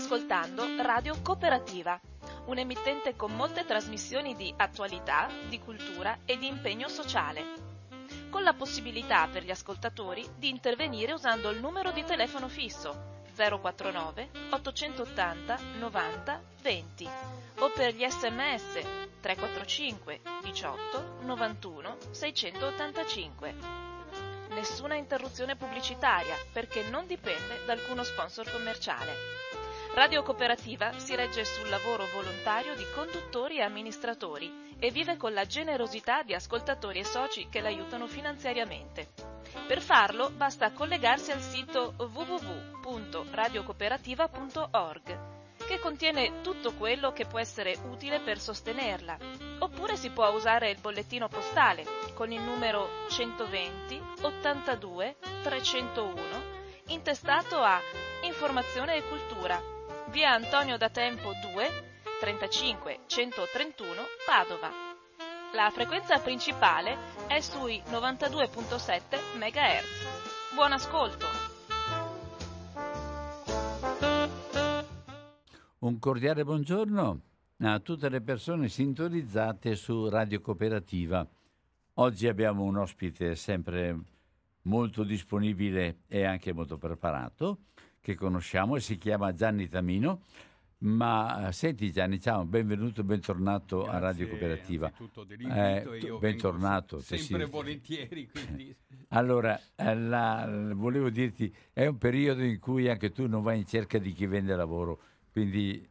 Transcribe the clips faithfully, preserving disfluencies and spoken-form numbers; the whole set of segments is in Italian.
ascoltando Radio Cooperativa, un emittente con molte trasmissioni di attualità, di cultura e di impegno sociale, con la possibilità per gli ascoltatori di intervenire usando il numero di telefono fisso zero quattro nove ottocentottanta novanta venti o per gli sms tre quattro cinque diciotto novantuno seicentottantacinque. Nessuna interruzione pubblicitaria perché non dipende da alcuno sponsor commerciale. Radio Cooperativa si regge sul lavoro volontario di conduttori e amministratori e vive con la generosità di ascoltatori e soci che l'aiutano finanziariamente. Per farlo basta collegarsi al sito w w w punto radiocooperativa punto org, che contiene tutto quello che può essere utile per sostenerla, oppure si può usare il bollettino postale con il numero centoventi ottantadue trecentouno intestato a Informazione e Cultura, via Antonio da Tempo due, trentacinque centotrentuno Padova. La frequenza principale è sui novantadue virgola sette megahertz. Buon ascolto! Un cordiale buongiorno a tutte le persone sintonizzate su Radio Cooperativa. Oggi abbiamo un ospite sempre molto disponibile e anche molto preparato, che conosciamo e si chiama Gianni Tamino. Ma senti Gianni, ciao, benvenuto, bentornato Grazie, a Radio Cooperativa. Innanzitutto dell'invito, Eh, e io bentornato. vengo sempre sì. volentieri. Quindi. Allora, eh, la, volevo dirti, è un periodo in cui anche tu non vai in cerca di chi vende lavoro, quindi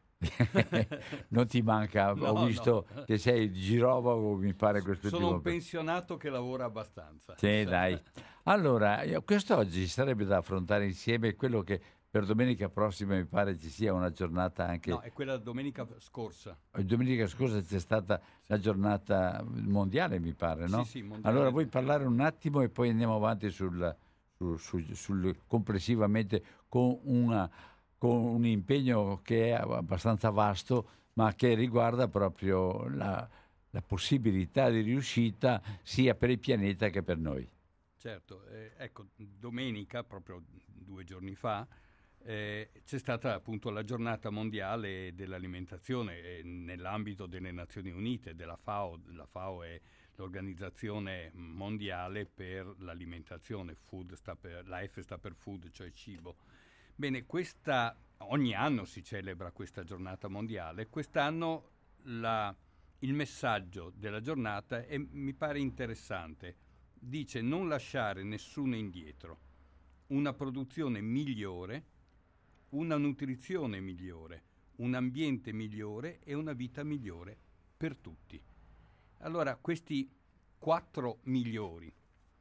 non ti manca. No, Ho visto no. che sei girovago, mi pare questo Sono un pensionato che lavora abbastanza. Sì, dai. Allora, io- quest'oggi sarebbe da affrontare insieme quello che per domenica prossima mi pare ci sia una giornata anche. No, è quella domenica scorsa. Domenica scorsa c'è stata la giornata mondiale, mi pare, no? Sì, sì, mondiale. Allora vuoi parlare un attimo e poi andiamo avanti sul, sul- sul- sul- complessivamente con, una, con un impegno che è abbastanza vasto, ma che riguarda proprio la, la possibilità di riuscita sia per il pianeta che per noi. Certo, eh, ecco, domenica, proprio due giorni fa, eh, c'è stata appunto la giornata mondiale dell'alimentazione eh, nell'ambito delle Nazioni Unite, della FAO. La FAO è l'organizzazione mondiale per l'alimentazione, food sta per, la F sta per food, cioè cibo. Bene, questa, ogni anno si celebra questa giornata mondiale. Quest'anno la, il messaggio della giornata è, mi pare interessante. Dice: non lasciare nessuno indietro, una produzione migliore, una nutrizione migliore, un ambiente migliore e una vita migliore per tutti. Allora, questi quattro migliori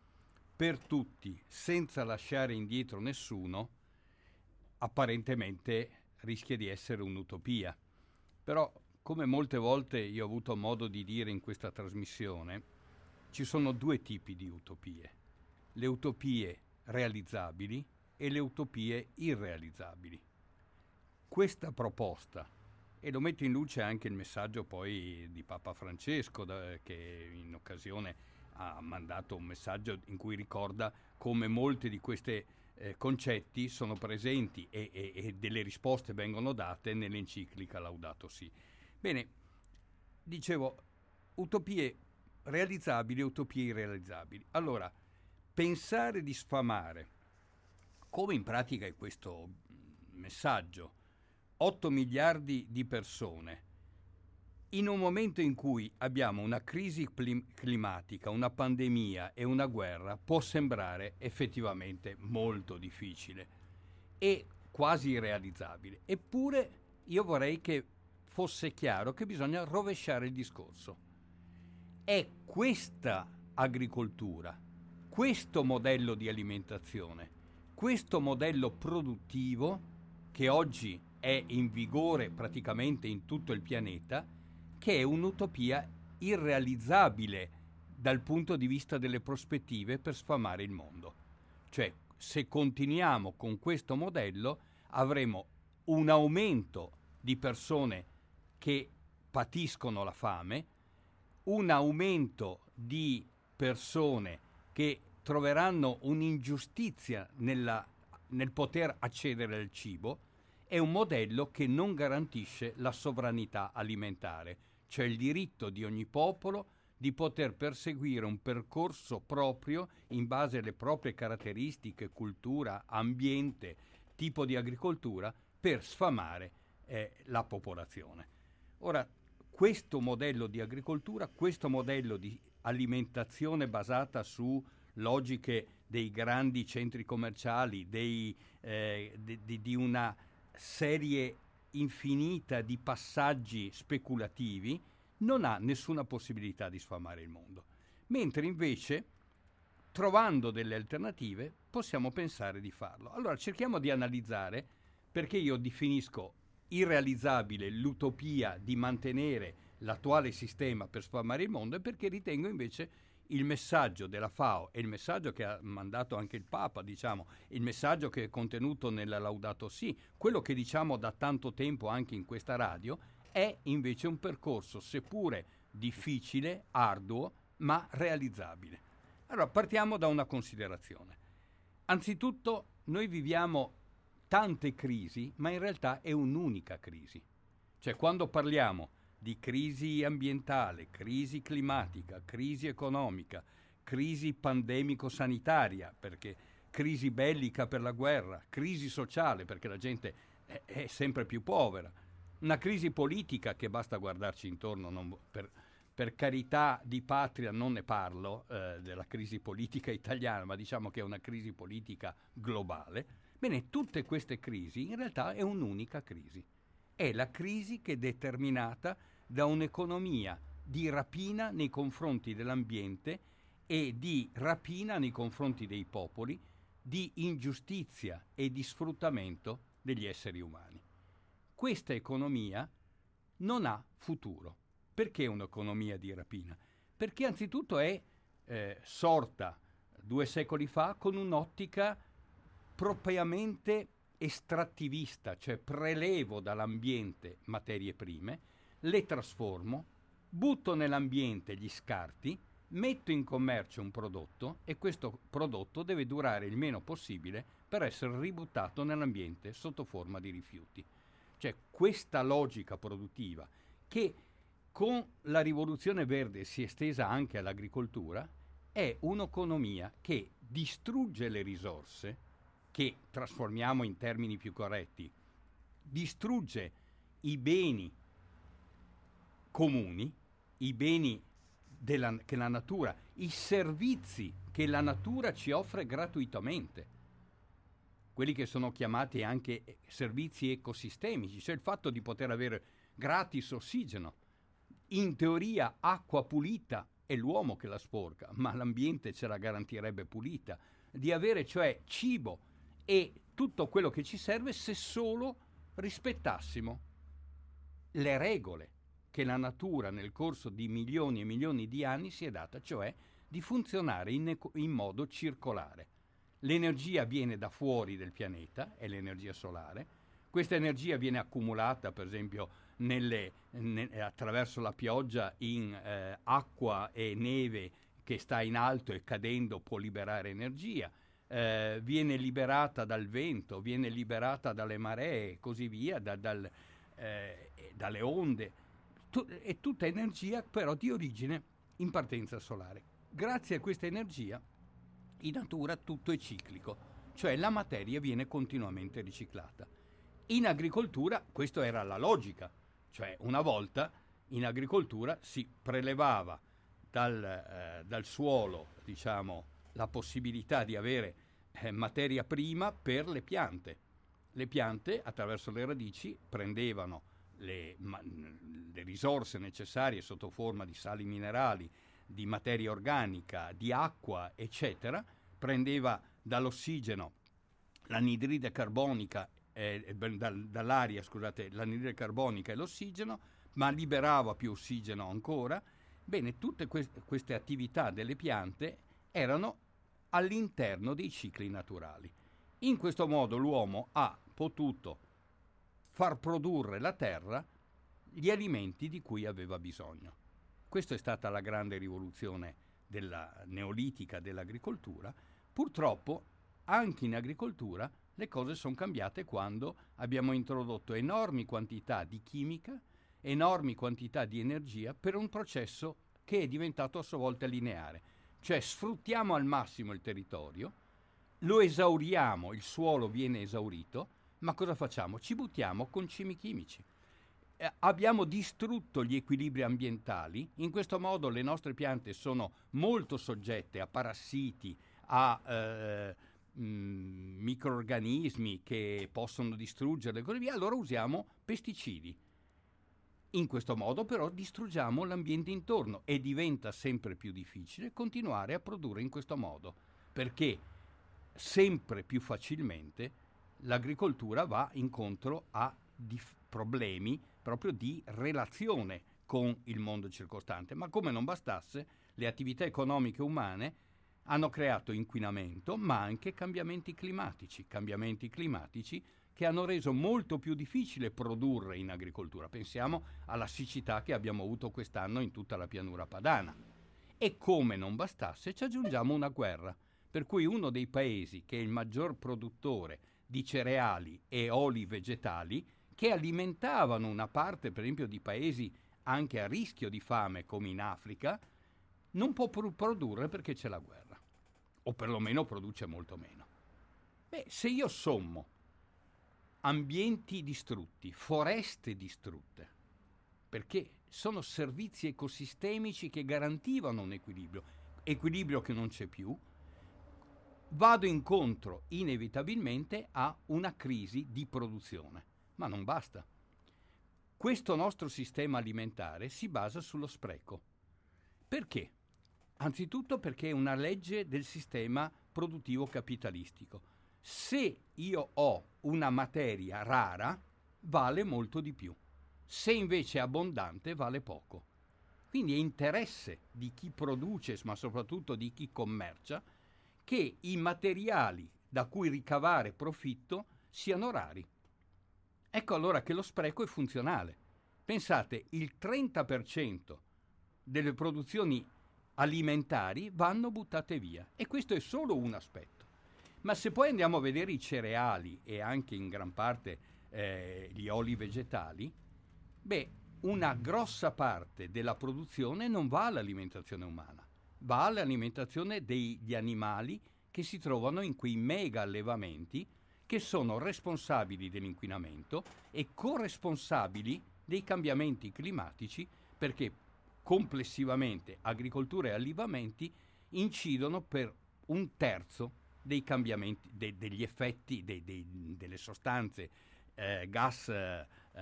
per tutti, senza lasciare indietro nessuno, apparentemente rischia di essere un'utopia. Però, come molte volte io ho avuto modo di dire in questa trasmissione, ci sono due tipi di utopie: le utopie realizzabili e le utopie irrealizzabili. Questa proposta, e lo mette in luce anche il messaggio poi di Papa Francesco, da, che in occasione ha mandato un messaggio in cui ricorda come molti di questi eh, concetti sono presenti e, e, e delle risposte vengono date nell'enciclica Laudato Si. Bene, dicevo, utopie realizzabili e utopie irrealizzabili. Allora, pensare di sfamare, come in pratica è questo messaggio, otto miliardi di persone, in un momento in cui abbiamo una crisi plim- climatica, una pandemia e una guerra, può sembrare effettivamente molto difficile e quasi irrealizzabile. Eppure io vorrei che fosse chiaro che bisogna rovesciare il discorso. È questa agricoltura, questo modello di alimentazione, questo modello produttivo che oggi è in vigore praticamente in tutto il pianeta, che è un'utopia irrealizzabile dal punto di vista delle prospettive per sfamare il mondo. Cioè, se continuiamo con questo modello, avremo un aumento di persone che patiscono la fame, un aumento di persone che troveranno un'ingiustizia nella, nel poter accedere al cibo è un modello che non garantisce la sovranità alimentare, cioè il diritto di ogni popolo di poter perseguire un percorso proprio in base alle proprie caratteristiche, cultura, ambiente, tipo di agricoltura, per sfamare eh, la popolazione. Ora, questo modello di agricoltura, questo modello di alimentazione basata su logiche dei grandi centri commerciali, dei, eh, di, di, di una serie infinita di passaggi speculativi, non ha nessuna possibilità di sfamare il mondo. Mentre invece, trovando delle alternative, possiamo pensare di farlo. Allora cerchiamo di analizzare perché io definisco irrealizzabile l'utopia di mantenere l'attuale sistema per sfamare il mondo e perché ritengo invece il messaggio della FAO e il messaggio che ha mandato anche il Papa, diciamo, il messaggio che è contenuto nella Laudato Si, quello che diciamo da tanto tempo anche in questa radio, è invece un percorso seppure difficile, arduo, ma realizzabile. Allora partiamo da una considerazione. Anzitutto noi viviamo tante crisi, ma in realtà è un'unica crisi. Cioè quando parliamo di crisi ambientale, crisi climatica, crisi economica, crisi pandemico-sanitaria, perché crisi bellica per la guerra, crisi sociale perché la gente è, è sempre più povera, una crisi politica che basta guardarci intorno, non, per, per carità di patria non ne parlo eh, della crisi politica italiana, ma diciamo che è una crisi politica globale. Bene, tutte queste crisi in realtà è un'unica crisi. È la crisi che è determinata da un'economia di rapina nei confronti dell'ambiente e di rapina nei confronti dei popoli, di ingiustizia e di sfruttamento degli esseri umani. Questa economia non ha futuro. Perché un'economia di rapina? Perché anzitutto è eh, sorta due secoli fa con un'ottica propriamente estrattivista, cioè prelevo dall'ambiente materie prime, le trasformo, butto nell'ambiente gli scarti, metto in commercio un prodotto e questo prodotto deve durare il meno possibile per essere ributtato nell'ambiente sotto forma di rifiuti. Cioè questa logica produttiva che con la rivoluzione verde si è estesa anche all'agricoltura è un'economia che distrugge le risorse, che trasformiamo in termini più corretti, distrugge i beni comuni, i beni della, che la natura, i servizi che la natura ci offre gratuitamente, quelli che sono chiamati anche servizi ecosistemici, cioè il fatto di poter avere gratis ossigeno, in teoria acqua pulita, è l'uomo che la sporca, ma l'ambiente ce la garantirebbe pulita, di avere cioè cibo e tutto quello che ci serve se solo rispettassimo le regole che la natura nel corso di milioni e milioni di anni si è data, cioè di funzionare in, eco- in modo circolare. L'energia viene da fuori del pianeta, è l'energia solare, questa energia viene accumulata per esempio nelle, ne, attraverso la pioggia in eh, acqua e neve che sta in alto e cadendo può liberare energia. Eh, viene liberata dal vento, viene liberata dalle maree e così via, da, dal, eh, dalle onde. Tu, è tutta energia però di origine in partenza solare. Grazie a questa energia in natura tutto è ciclico, cioè la materia viene continuamente riciclata. In agricoltura questa era la logica, cioè una volta in agricoltura si prelevava dal, eh, dal suolo, diciamo, la possibilità di avere eh, materia prima per le piante. Le piante, attraverso le radici, prendevano le, ma, le risorse necessarie sotto forma di sali minerali, di materia organica, di acqua, eccetera, prendeva dall'ossigeno l'anidride carbonica, eh, dal, dall'aria, scusate, l'anidride carbonica e l'ossigeno, ma liberava più ossigeno ancora. Bene, tutte queste, queste attività delle piante erano all'interno dei cicli naturali. In questo modo l'uomo ha potuto far produrre la terra gli alimenti di cui aveva bisogno. Questa è stata la grande rivoluzione della neolitica dell'agricoltura. Purtroppo anche in agricoltura Le cose sono cambiate quando abbiamo introdotto enormi quantità di chimica, enormi quantità di energia per un processo che è diventato a sua volta lineare. Cioè sfruttiamo al massimo il territorio, lo esauriamo, il suolo viene esaurito, ma cosa facciamo? Ci buttiamo con concimi chimici. Eh, abbiamo distrutto gli equilibri ambientali, in questo modo le nostre piante sono molto soggette a parassiti, a eh, mh, microrganismi che possono distruggerle e così via, allora usiamo pesticidi. In questo modo però distruggiamo l'ambiente intorno e diventa sempre più difficile continuare a produrre in questo modo, perché sempre più facilmente l'agricoltura va incontro a dif- problemi proprio di relazione con il mondo circostante. Ma come non bastasse, le attività economiche umane hanno creato inquinamento, ma anche cambiamenti climatici, cambiamenti climatici che hanno reso molto più difficile produrre in agricoltura. Pensiamo alla siccità che abbiamo avuto quest'anno in tutta la pianura padana. E come non bastasse, ci aggiungiamo una guerra, per cui uno dei paesi che è il maggior produttore di cereali e oli vegetali, che alimentavano una parte, per esempio, di paesi anche a rischio di fame, come in Africa, non può pr- produrre perché c'è la guerra, o perlomeno produce molto meno. Beh, se io sommo ambienti distrutti, foreste distrutte, perché sono servizi ecosistemici che garantivano un equilibrio, equilibrio che non c'è più, vado incontro inevitabilmente a una crisi di produzione. Ma non basta. Questo nostro sistema alimentare si basa sullo spreco. Perché? Anzitutto perché è una legge del sistema produttivo capitalistico. Se io ho una materia rara, vale molto di più. Se invece è abbondante, vale poco. Quindi è interesse di chi produce, ma soprattutto di chi commercia, che i materiali da cui ricavare profitto siano rari. Ecco allora che lo spreco è funzionale. Pensate, il trenta per cento delle produzioni alimentari vanno buttate via, e questo è solo un aspetto. Ma se poi andiamo a vedere i cereali e anche in gran parte eh, gli oli vegetali, beh, una grossa parte della produzione non va all'alimentazione umana, va all'alimentazione degli animali che si trovano in quei mega allevamenti che sono responsabili dell'inquinamento e corresponsabili dei cambiamenti climatici, perché complessivamente agricoltura e allevamenti incidono per un terzo dei cambiamenti, de, degli effetti, de, de, delle sostanze eh, gas eh,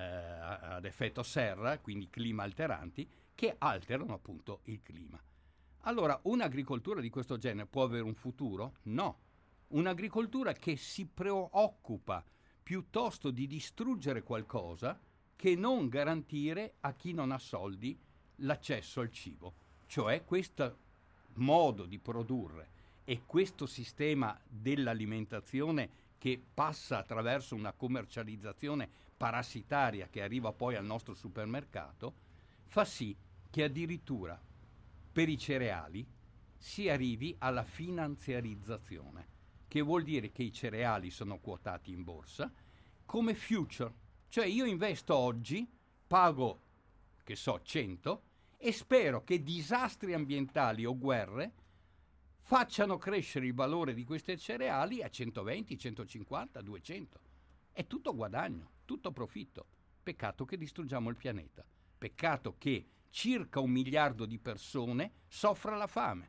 ad effetto serra, quindi clima alteranti, che alterano appunto il clima. Allora, un'agricoltura di questo genere può avere un futuro? No. Un'agricoltura che si preoccupa piuttosto di distruggere qualcosa che non garantire a chi non ha soldi l'accesso al cibo. Cioè questo modo di produrre e questo sistema dell'alimentazione che passa attraverso una commercializzazione parassitaria che arriva poi al nostro supermercato, fa sì che addirittura per i cereali si arrivi alla finanziarizzazione, che vuol dire che i cereali sono quotati in borsa come future. Cioè io investo oggi, pago, che so, cento, e spero che disastri ambientali o guerre facciano crescere il valore di questi cereali a centoventi, centocinquanta, duecento. È tutto guadagno, tutto profitto. Peccato che distruggiamo il pianeta. Peccato che circa un miliardo di persone soffra la fame.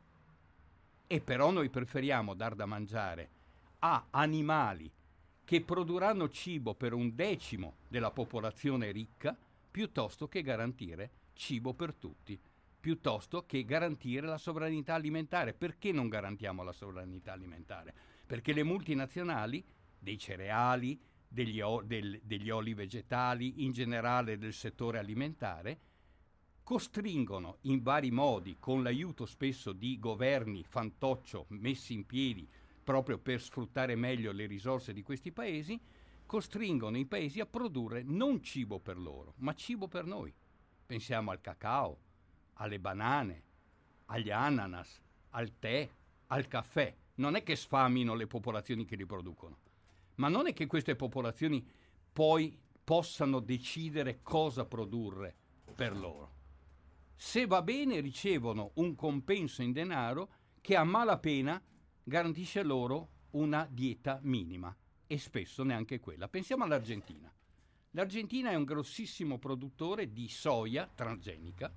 E però noi preferiamo dar da mangiare a animali che produrranno cibo per un decimo della popolazione ricca, piuttosto che garantire cibo per tutti, piuttosto che garantire la sovranità alimentare. Perché non garantiamo la sovranità alimentare? Perché le multinazionali dei cereali, degli, o- del, degli oli vegetali, in generale del settore alimentare, costringono in vari modi, con l'aiuto spesso di governi fantoccio messi in piedi proprio per sfruttare meglio le risorse di questi paesi, costringono i paesi a produrre non cibo per loro, ma cibo per noi. Pensiamo al cacao, alle banane, agli ananas, al tè, al caffè. Non è che sfamino le popolazioni che li producono, Ma non è che queste popolazioni poi possano decidere cosa produrre per loro. Se va bene ricevono un compenso in denaro che a malapena garantisce loro una dieta minima e spesso neanche quella. Pensiamo all'Argentina. L'Argentina è un grossissimo produttore di soia transgenica,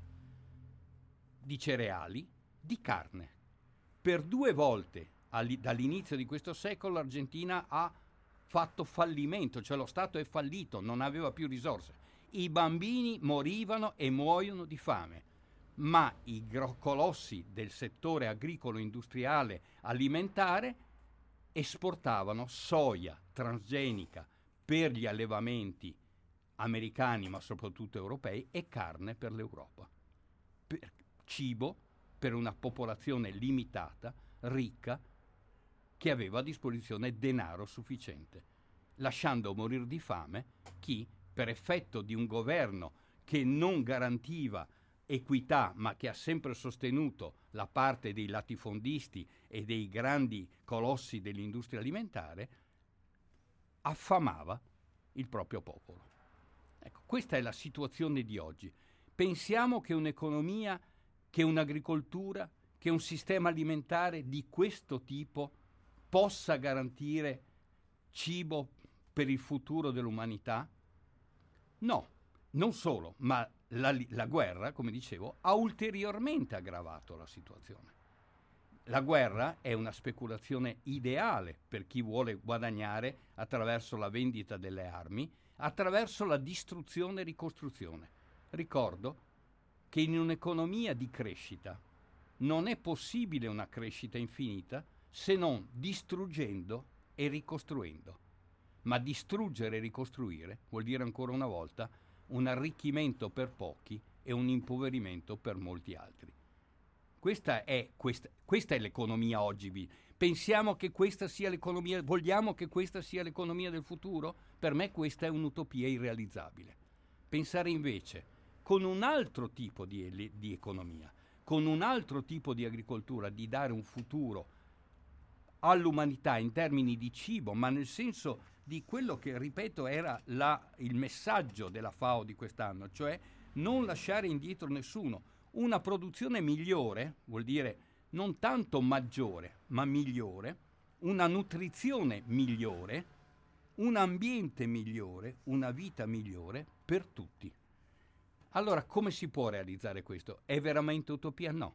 di cereali, di carne. Per due volte dall'inizio di questo secolo l'Argentina ha fatto fallimento, cioè lo Stato è fallito, non aveva più risorse. I bambini morivano e muoiono di fame, ma i gro- colossi del settore agricolo, industriale, alimentare esportavano soia transgenica per gli allevamenti americani, ma soprattutto europei, e carne per l'Europa. Per cibo per una popolazione limitata, ricca, che aveva a disposizione denaro sufficiente, lasciando morire di fame chi, per effetto di un governo che non garantiva equità, ma che ha sempre sostenuto la parte dei latifondisti e dei grandi colossi dell'industria alimentare, affamava il proprio popolo. Ecco, questa è la situazione di oggi. Pensiamo che un'economia, che un'agricoltura, che un sistema alimentare di questo tipo possa garantire cibo per il futuro dell'umanità? No, non solo, ma la, la guerra, come dicevo, ha ulteriormente aggravato la situazione. La guerra è una speculazione ideale per chi vuole guadagnare attraverso la vendita delle armi, attraverso la distruzione e ricostruzione. Ricordo che in un'economia di crescita non è possibile una crescita infinita se non distruggendo e ricostruendo. Ma distruggere e ricostruire vuol dire ancora una volta un arricchimento per pochi e un impoverimento per molti altri. Questa è, questa, questa è l'economia oggi. Pensiamo che questa sia l'economia, vogliamo che questa sia l'economia del futuro? Per me questa è un'utopia irrealizzabile. Pensare invece con un altro tipo di, di economia, con un altro tipo di agricoltura, di dare un futuro all'umanità in termini di cibo, ma nel senso di quello che, ripeto, era la, il messaggio della FAO di quest'anno, cioè non lasciare indietro nessuno. Una produzione migliore vuol dire non tanto maggiore, ma migliore, una nutrizione migliore, un ambiente migliore, una vita migliore per tutti. Allora, come si può realizzare questo? È veramente utopia? No.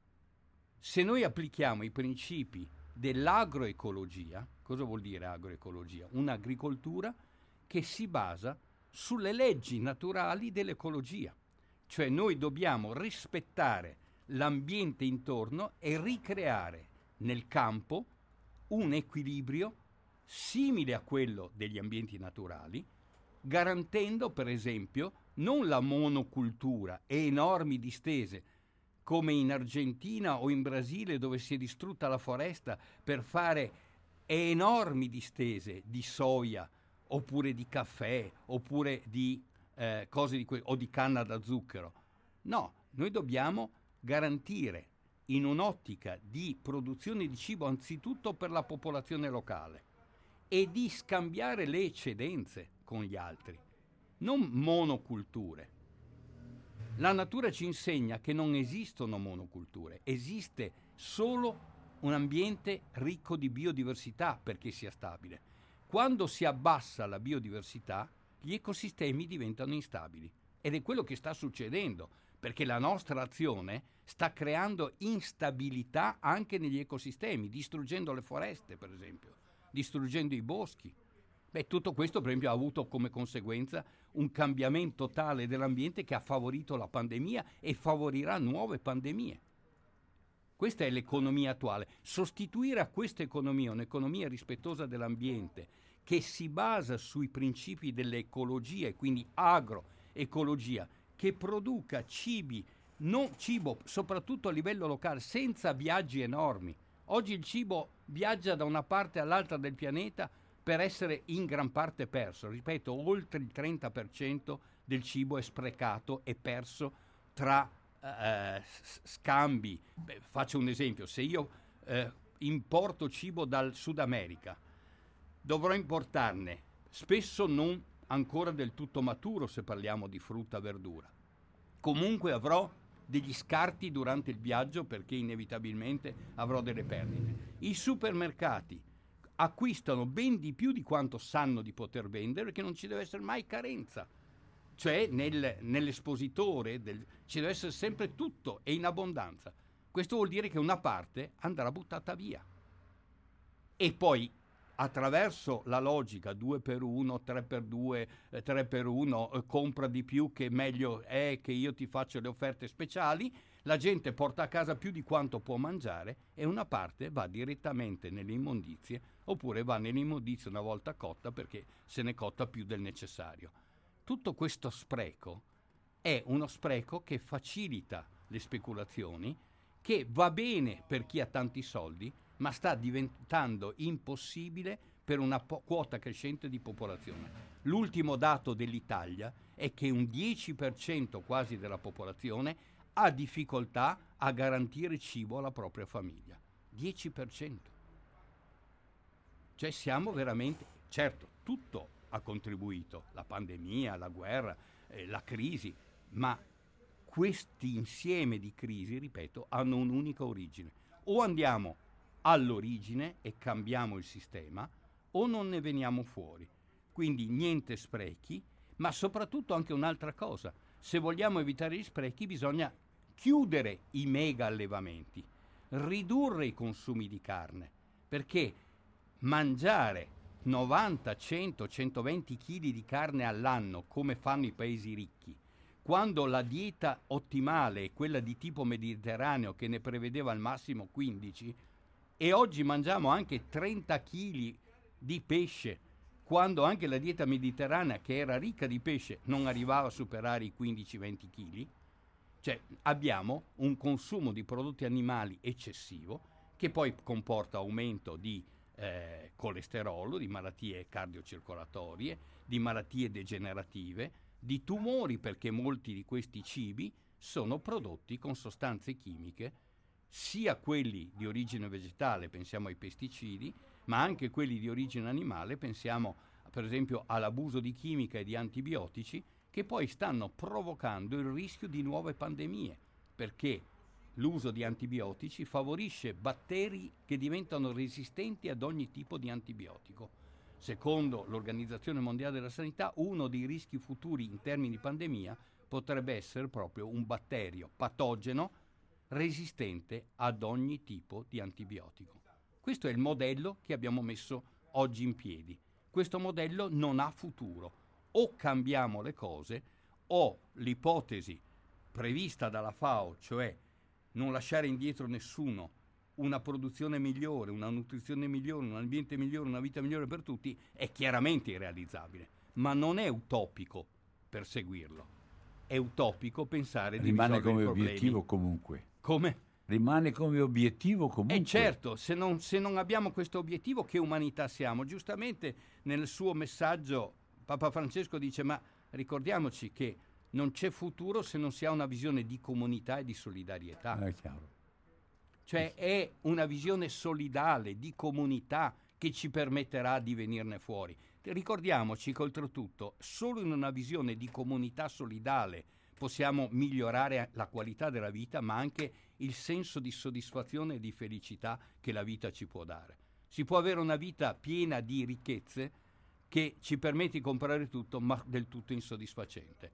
Se noi applichiamo i principi dell'agroecologia, cosa vuol dire agroecologia? Un'agricoltura che si basa sulle leggi naturali dell'ecologia. Cioè noi dobbiamo rispettare l'ambiente intorno e ricreare nel campo un equilibrio simile a quello degli ambienti naturali, garantendo per esempio non la monocultura e enormi distese come in Argentina o in Brasile, dove si è distrutta la foresta per fare enormi distese di soia oppure di caffè oppure di eh, cose di que- o di canna da zucchero. No, noi dobbiamo garantire in un'ottica di produzione di cibo anzitutto per la popolazione locale e di scambiare le eccedenze con gli altri, non monoculture. La natura ci insegna che non esistono monoculture, esiste solo un ambiente ricco di biodiversità perché sia stabile. Quando si abbassa la biodiversità, gli ecosistemi diventano instabili ed è quello che sta succedendo, perché la nostra azione sta creando instabilità anche negli ecosistemi, distruggendo le foreste, per esempio, distruggendo i boschi. Beh, tutto questo, per esempio, ha avuto come conseguenza un cambiamento tale dell'ambiente che ha favorito la pandemia e favorirà nuove pandemie. Questa è l'economia attuale. Sostituire a questa economia un'economia rispettosa dell'ambiente che si basa sui principi dell'ecologia e quindi agroecologia, che produca cibi, non, cibo soprattutto a livello locale, senza viaggi enormi. Oggi il cibo viaggia da una parte all'altra del pianeta per essere in gran parte perso. Ripeto, oltre il trenta per cento del cibo è sprecato e perso tra eh, scambi. Beh, faccio un esempio: se io eh, importo cibo dal Sud America, dovrò importarne, spesso non ancora del tutto maturo se parliamo di frutta e verdura. Comunque avrò degli scarti durante il viaggio perché inevitabilmente avrò delle perdite. I supermercati acquistano ben di più di quanto sanno di poter vendere, perché non ci deve essere mai carenza. Cioè nel, nell'espositore del, ci deve essere sempre tutto e in abbondanza. Questo vuol dire che una parte andrà buttata via. E poi attraverso la logica due per uno, tre per due, tre per uno, eh, compra di più che meglio è che io ti faccio le offerte speciali, la gente porta a casa più di quanto può mangiare e una parte va direttamente nelle immondizie oppure va nell'immondizia una volta cotta perché se ne cotta più del necessario. Tutto questo spreco è uno spreco che facilita le speculazioni, che va bene per chi ha tanti soldi, ma sta diventando impossibile per una po- quota crescente di popolazione. L'ultimo dato dell'Italia è che un dieci per cento quasi della popolazione ha difficoltà a garantire cibo alla propria famiglia. dieci per cento. Cioè siamo veramente... Certo, tutto ha contribuito, la pandemia, la guerra, eh, la crisi, ma questi insieme di crisi, ripeto, hanno un'unica origine. O andiamo all'origine e cambiamo il sistema, o non ne veniamo fuori. Quindi niente sprechi, ma soprattutto anche un'altra cosa. Se vogliamo evitare gli sprechi bisogna chiudere i mega allevamenti, ridurre i consumi di carne, perché mangiare novanta, cento, centoventi chili di carne all'anno, come fanno i paesi ricchi, quando la dieta ottimale è quella di tipo mediterraneo che ne prevedeva al massimo quindici, e oggi mangiamo anche trenta chili di pesce, quando anche la dieta mediterranea, che era ricca di pesce, non arrivava a superare i quindici venti chili, cioè abbiamo un consumo di prodotti animali eccessivo, che poi comporta aumento di eh, colesterolo, di malattie cardiocircolatorie, di malattie degenerative, di tumori, perché molti di questi cibi sono prodotti con sostanze chimiche, sia quelli di origine vegetale, pensiamo ai pesticidi, ma anche quelli di origine animale, pensiamo per esempio all'abuso di chimica e di antibiotici, che poi stanno provocando il rischio di nuove pandemie, perché l'uso di antibiotici favorisce batteri che diventano resistenti ad ogni tipo di antibiotico. Secondo l'Organizzazione Mondiale della Sanità, uno dei rischi futuri in termini di pandemia potrebbe essere proprio un batterio patogeno resistente ad ogni tipo di antibiotico. Questo è il modello che abbiamo messo oggi in piedi. Questo modello non ha futuro. O cambiamo le cose, o l'ipotesi prevista dalla FAO, cioè non lasciare indietro nessuno, una produzione migliore, una nutrizione migliore, un ambiente migliore, una vita migliore per tutti, è chiaramente irrealizzabile, ma non è utopico perseguirlo. È utopico pensare di rimane risolvere come i problemi. obiettivo comunque. Come? Rimane come obiettivo comunque. E certo, se non, se non abbiamo questo obiettivo, che umanità siamo? Giustamente nel suo messaggio Papa Francesco dice, ma ricordiamoci che non c'è futuro se non si ha una visione di comunità e di solidarietà. È chiaro. Cioè è una visione solidale, di comunità, che ci permetterà di venirne fuori. Ricordiamoci che oltretutto solo in una visione di comunità solidale possiamo migliorare la qualità della vita, ma anche il senso di soddisfazione e di felicità che la vita ci può dare. Si può avere una vita piena di ricchezze che ci permette di comprare tutto, ma del tutto insoddisfacente.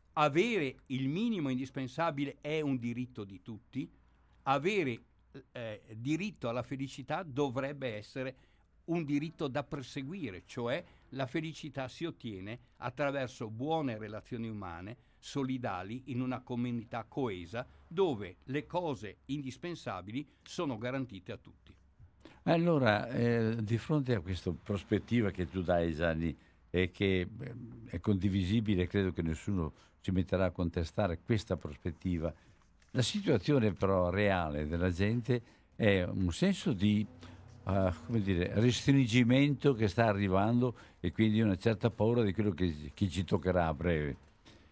Avere il minimo indispensabile è un diritto di tutti. Avere eh, diritto alla felicità dovrebbe essere un diritto da perseguire, cioè la felicità si ottiene attraverso buone relazioni umane, solidali, in una comunità coesa, dove le cose indispensabili sono garantite a tutti. Allora, eh, di fronte a questa prospettiva che tu dai, Gianni, e che eh, è condivisibile, credo che nessuno si metterà a contestare questa prospettiva, la situazione però reale della gente è un senso di uh, come dire, restringimento che sta arrivando e quindi una certa paura di quello che, che ci toccherà a breve.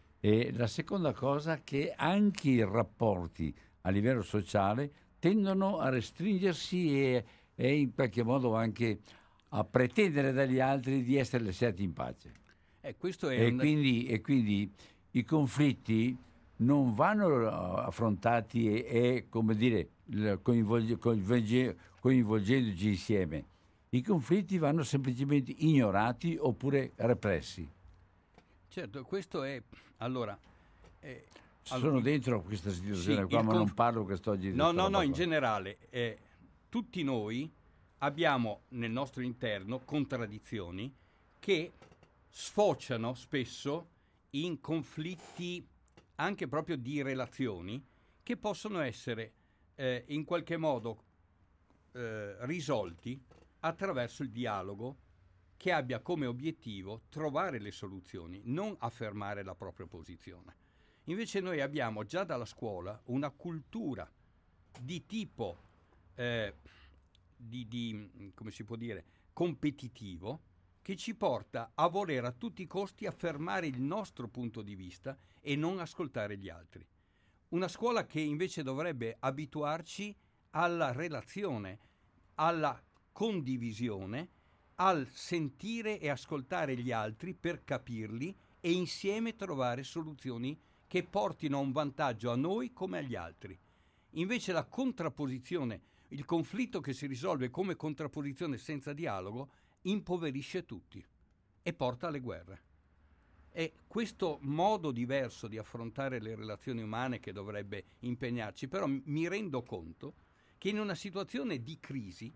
E la seconda cosa, che anche i rapporti a livello sociale tendono a restringersi e, e in qualche modo anche a pretendere dagli altri di essere lasciati in pace. Eh, questo è E, un... quindi, e quindi i conflitti non vanno affrontati e, e come dire, coinvolge, coinvolge, coinvolgendoci insieme. I conflitti vanno semplicemente ignorati oppure repressi. Certo, questo è... Allora... Eh, Sono allora, dentro questa situazione sì, qua, ma conf... non parlo quest'oggi. No, no, no, in generale, eh, tutti noi abbiamo nel nostro interno contraddizioni che sfociano spesso in conflitti anche proprio di relazioni che possono essere eh, in qualche modo eh, risolti attraverso il dialogo che abbia come obiettivo trovare le soluzioni, non affermare la propria posizione. Invece noi abbiamo già dalla scuola una cultura di tipo, eh, di, di, come si può dire, competitivo, che ci porta a voler a tutti i costi affermare il nostro punto di vista e non ascoltare gli altri. Una scuola che invece dovrebbe abituarci alla relazione, alla condivisione, al sentire e ascoltare gli altri per capirli e insieme trovare soluzioni che portino a un vantaggio a noi come agli altri. Invece la contrapposizione, il conflitto che si risolve come contrapposizione senza dialogo, impoverisce tutti e porta alle guerre. È questo modo diverso di affrontare le relazioni umane che dovrebbe impegnarci, però mi rendo conto che in una situazione di crisi,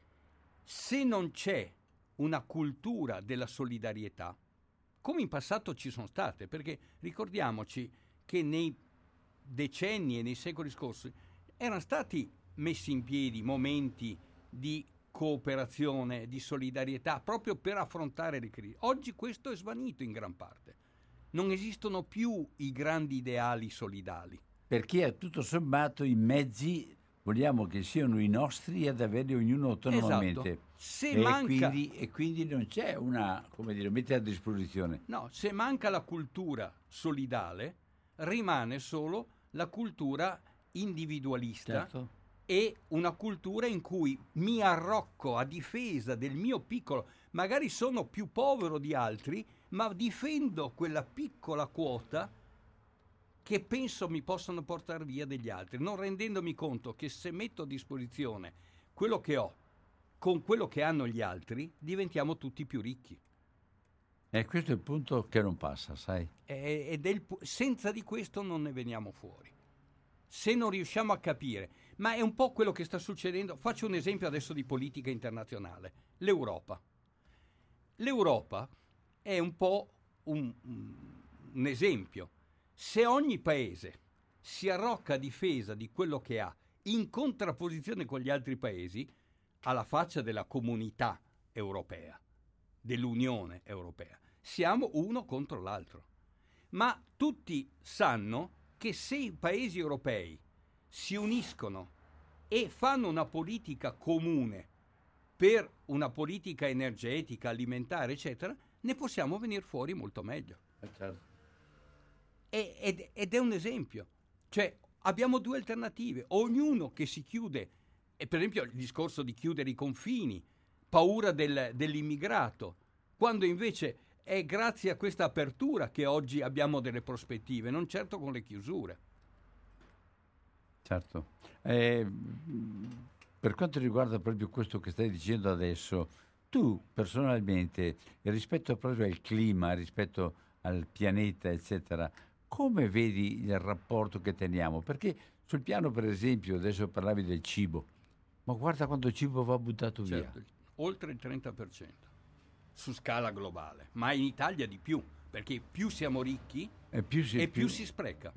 se non c'è una cultura della solidarietà, come in passato ci sono state, perché ricordiamoci che nei decenni e nei secoli scorsi erano stati messi in piedi momenti di cooperazione, di solidarietà, proprio per affrontare le crisi. Oggi questo è svanito in gran parte. Non esistono più i grandi ideali solidali. Perché tutto sommato i mezzi vogliamo che siano i nostri ad averli ognuno autonomamente. Esatto. Se e, manca... quindi, e quindi non c'è una, come dire, mette a disposizione. No, se manca la cultura solidale, rimane solo la cultura individualista, Certo. e una cultura in cui mi arrocco a difesa del mio piccolo, magari sono più povero di altri, ma difendo quella piccola quota che penso mi possano portare via degli altri, non rendendomi conto che se metto a disposizione quello che ho con quello che hanno gli altri, diventiamo tutti più ricchi. E questo è il punto che non passa, sai? E, ed è il, senza di questo non ne veniamo fuori. Se non riusciamo a capire, ma è un po' quello che sta succedendo. Faccio un esempio adesso di politica internazionale. L'Europa. L'Europa è un po' un, un esempio. Se ogni paese si arrocca a difesa di quello che ha, in contrapposizione con gli altri paesi, alla faccia della comunità europea, dell'Unione Europea, siamo uno contro l'altro. Ma tutti sanno che se i paesi europei si uniscono e fanno una politica comune per una politica energetica, alimentare, eccetera, ne possiamo venire fuori molto meglio. Certo. E, ed, ed è un esempio. Cioè, abbiamo due alternative. Ognuno che si chiude, e per esempio il discorso di chiudere i confini, paura del, dell'immigrato, quando invece è grazie a questa apertura che oggi abbiamo delle prospettive, non certo con le chiusure. Certo. Eh, per quanto riguarda proprio questo che stai dicendo adesso, tu personalmente, rispetto proprio al clima, rispetto al pianeta, eccetera, come vedi il rapporto che teniamo? Perché sul piano, per esempio, adesso parlavi del cibo, ma guarda quanto cibo va buttato Certo, via. Oltre il trenta per cento su scala globale, ma in Italia di più, perché più siamo ricchi E più si, e più, più si spreca.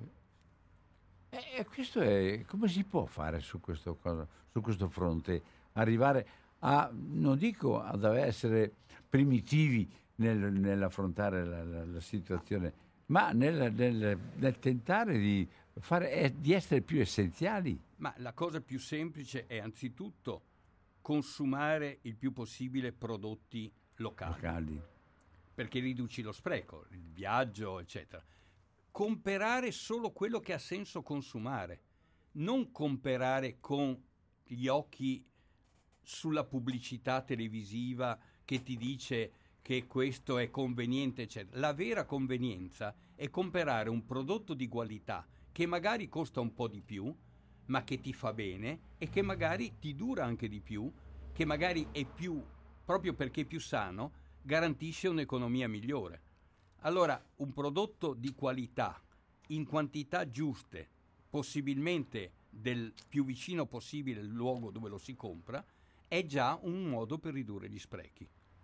E questo è, come si può fare su questo, cosa, su questo fronte? Arrivare a, non dico ad essere primitivi nel, nell'affrontare la, la, la situazione, ma nel, nel, nel tentare di, fare, di essere più essenziali. Ma la cosa più semplice è anzitutto consumare il più possibile prodotti locali, locali. Perché riduci lo spreco, il viaggio, eccetera. Comprare solo quello che ha senso consumare, non comprare con gli occhi sulla pubblicità televisiva che ti dice che questo è conveniente, eccetera. La vera convenienza è comprare un prodotto di qualità che magari costa un po' di più, ma che ti fa bene e che magari ti dura anche di più, che magari è più, proprio perché è più sano, garantisce un'economia migliore. Allora, un prodotto di qualità, in quantità giuste, possibilmente del più vicino possibile al luogo dove lo si compra, è già un modo per ridurre gli sprechi.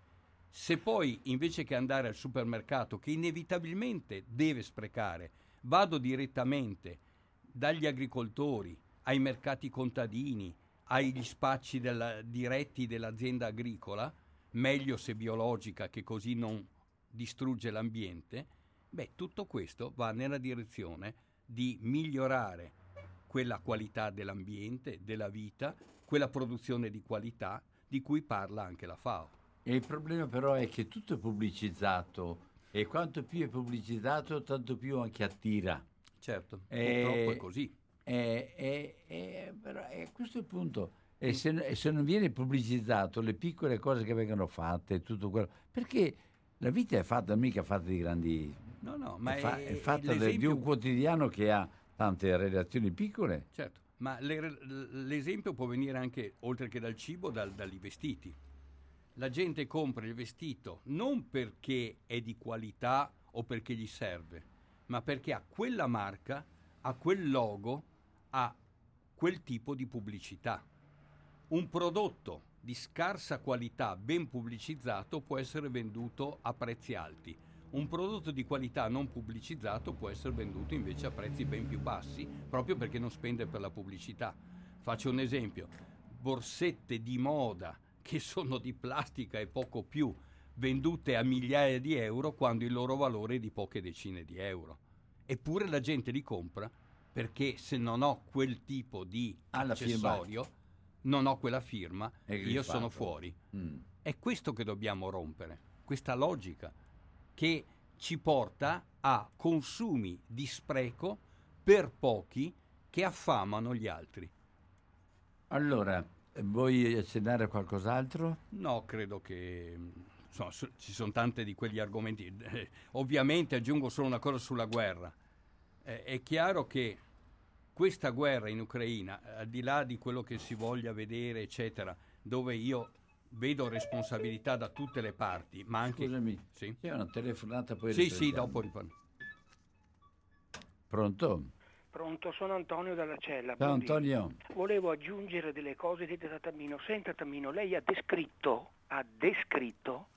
Se poi, invece che andare al supermercato, che inevitabilmente deve sprecare, vado direttamente dagli agricoltori ai mercati contadini, agli spacci della, diretti dell'azienda agricola, meglio se biologica, che così non distrugge l'ambiente, beh, tutto questo va nella direzione di migliorare quella qualità dell'ambiente, della vita, quella produzione di qualità di cui parla anche la FAO. E il problema però è che tutto è pubblicizzato e quanto più è pubblicizzato tanto più anche attira. Certo, e, purtroppo è così. E, e, e, però è questo è il punto. E se, e se non viene pubblicizzato le piccole cose che vengono fatte, tutto quello, perché la vita è fatta mica fatta di grandi... No, no, ma è, fa, è, è fatta l'esempio... di un quotidiano che ha tante relazioni piccole. Certo, ma le, l'esempio può venire anche, oltre che dal cibo, dal, dagli vestiti. La gente compra il vestito non perché è di qualità o perché gli serve, ma perché ha quella marca, ha quel logo, ha quel tipo di pubblicità. Un prodotto di scarsa qualità ben pubblicizzato può essere venduto a prezzi alti. Un prodotto di qualità non pubblicizzato può essere venduto invece a prezzi ben più bassi, proprio perché non spende per la pubblicità. Faccio un esempio: borsette di moda che sono di plastica e poco più, vendute a migliaia di euro quando il loro valore è di poche decine di euro. Eppure la gente li compra perché se non ho quel tipo di Alla accessorio, firma. non ho quella firma, io grifato. sono fuori. Mm. È questo che dobbiamo rompere, questa logica che ci porta a consumi di spreco per pochi che affamano gli altri. Allora, vuoi accennare a qualcos'altro? No, credo che insomma, su, ci sono tante di quegli argomenti. Eh, ovviamente aggiungo solo una cosa sulla guerra. Eh, è chiaro che questa guerra in Ucraina, al di là di quello che si voglia vedere, eccetera, dove io vedo responsabilità da tutte le parti, ma anche... Scusami, sì? c'è una telefonata, poi Sì, sì, dopo riparlo. Pronto? Pronto, sono Antonio dalla Cella. Ciao Antonio. Volevo aggiungere delle cose dette da Tamino. Senta Tamino, lei ha descritto, ha descritto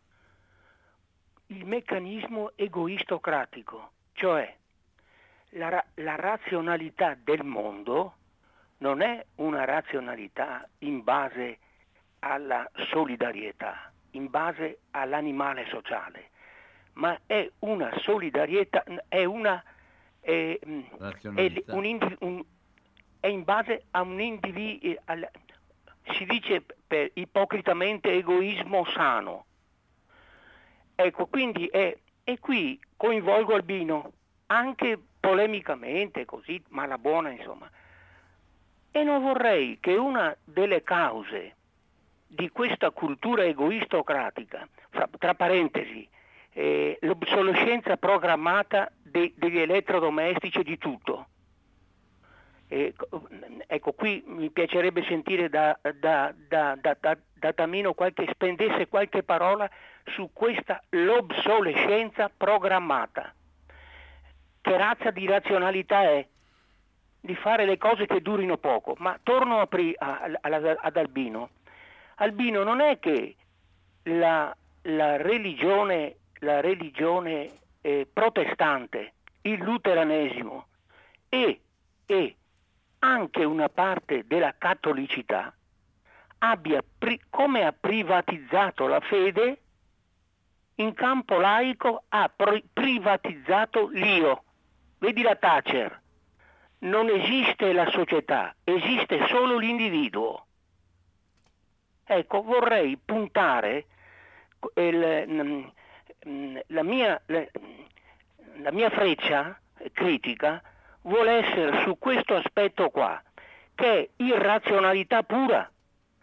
il meccanismo egoistocratico, cioè la, ra- la razionalità del mondo non è una razionalità in base alla solidarietà, in base all'animale sociale, ma è una solidarietà, è una è, è, un indiv- un, è in base a un individuo, si dice per, ipocritamente egoismo sano. Ecco, quindi è, e qui coinvolgo Albino, anche polemicamente, così, mala buona, insomma. E non vorrei che una delle cause di questa cultura egoistocratica, tra parentesi, eh, l'obsolescenza programmata de, degli elettrodomestici e di tutto. Eh, ecco, qui mi piacerebbe sentire da, da, da, da, da, da Tamino qualche, spendesse qualche parola su questa l'obsolescenza programmata. Che razza di razionalità è? Di fare le cose che durino poco. Ma torno a, a, a, ad Albino. Albino, non è che la, la religione, la religione eh, protestante, il luteranesimo e, e anche una parte della cattolicità abbia, pri- come ha privatizzato la fede, in campo laico ha pri- privatizzato l'io. Vedi la Thatcher. Non esiste la società, esiste solo l'individuo. Ecco, vorrei puntare il, la, mia, la, la mia freccia critica vuole essere su questo aspetto qua, che è irrazionalità pura.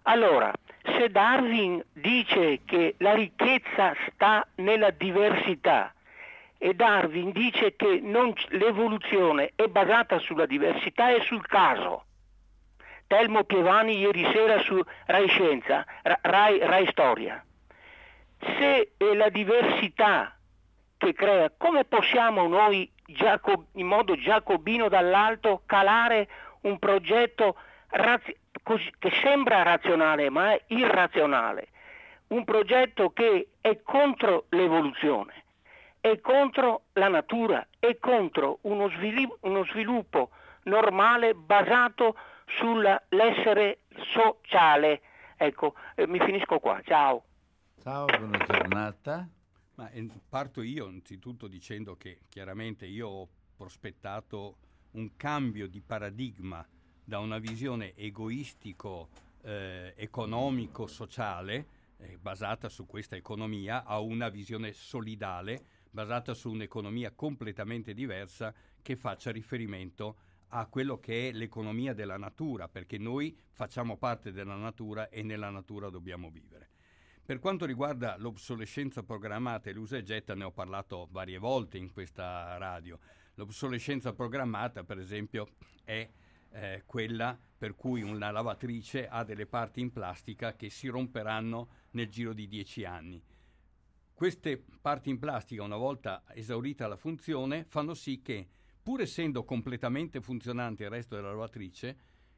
Allora, se Darwin dice che la ricchezza sta nella diversità e Darwin dice che non, l'evoluzione è basata sulla diversità e sul caso. Telmo Pievani ieri sera su Rai Scienza, Rai, Rai Storia. Se è la diversità che crea, come possiamo noi Giacob, in modo giacobino dall'alto calare un progetto razionale, così, che sembra razionale ma è irrazionale, un progetto che è contro l'evoluzione, è contro la natura, è contro uno sviluppo, uno sviluppo normale basato sull'essere sociale. Ecco, eh, mi finisco qua, ciao. Ciao, buona giornata. Ma eh, parto io innanzitutto dicendo che chiaramente io ho prospettato un cambio di paradigma da una visione egoistico, eh, economico-sociale, eh, basata su questa economia, a una visione solidale, basata su un'economia completamente diversa che faccia riferimento a quello che è l'economia della natura, perché noi facciamo parte della natura e nella natura dobbiamo vivere. Per quanto riguarda l'obsolescenza programmata e l'usa e getta, ne ho parlato varie volte in questa radio. L'obsolescenza programmata, per esempio, è Eh, quella per cui una lavatrice ha delle parti in plastica che si romperanno nel giro di dieci anni. Queste parti in plastica, una volta esaurita la funzione, fanno sì che, pur essendo completamente funzionante il resto della lavatrice,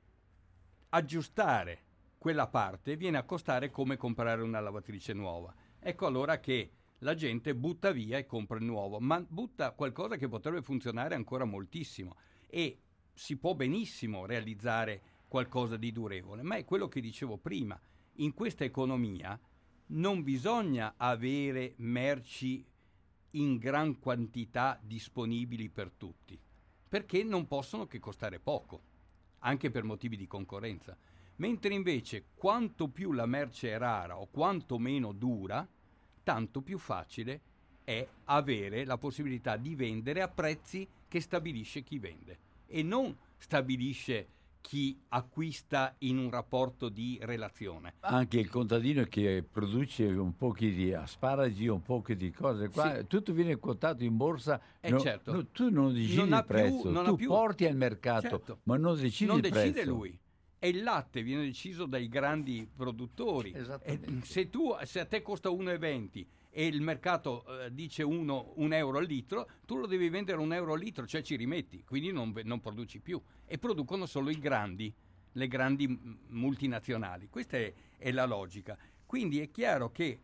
aggiustare quella parte viene a costare come comprare una lavatrice nuova. Ecco allora che la gente butta via e compra il nuovo, ma butta qualcosa che potrebbe funzionare ancora moltissimo, e si può benissimo realizzare qualcosa di durevole, ma è quello che dicevo prima. In questa economia non bisogna avere merci in gran quantità disponibili per tutti, perché non possono che costare poco, anche per motivi di concorrenza. Mentre invece quanto più la merce è rara o quanto meno dura, tanto più facile è avere la possibilità di vendere a prezzi che stabilisce chi vende e non stabilisce chi acquista in un rapporto di relazione. Anche il contadino che produce un po' di asparagi, un po' di cose qua, sì, tutto viene quotato in borsa. Eh no, certo. no, tu non decidi non il prezzo, più, tu più... porti al mercato, certo, ma non decidi non il decide prezzo. lui. E il latte viene deciso dai grandi produttori. E se, tu, se a te costa uno e venti e il mercato eh, dice uno, un euro al litro, tu lo devi vendere un euro al litro, cioè ci rimetti, quindi non, non produci più. E producono solo i grandi, le grandi multinazionali. Questa è, è la logica. Quindi è chiaro che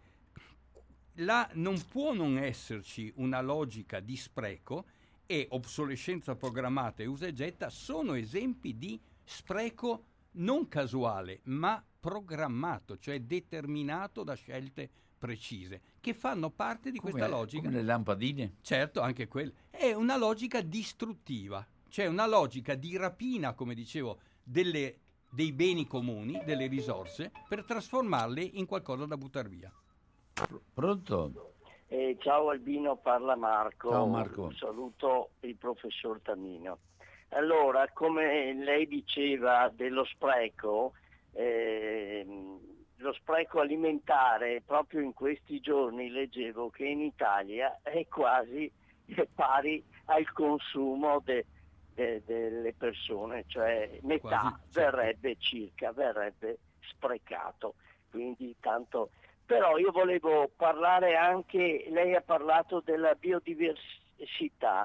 la, non può non esserci una logica di spreco, e obsolescenza programmata e usa e getta sono esempi di spreco non casuale, ma programmato, cioè determinato da scelte precise, che fanno parte di come, questa logica. Come le lampadine? Certo, anche quella. È una logica distruttiva, cioè una logica di rapina, come dicevo, delle, dei beni comuni, delle risorse, per trasformarle in qualcosa da buttare via. Pronto? Eh, ciao Albino, parla Marco. Ciao Marco. Saluto il professor Tamino. Allora, come lei diceva dello spreco, eh, lo spreco alimentare, proprio in questi giorni leggevo che in Italia è quasi pari al consumo de, de, delle persone, cioè metà quasi, verrebbe circa, verrebbe sprecato. Quindi tanto... Però io volevo parlare anche, lei ha parlato della biodiversità.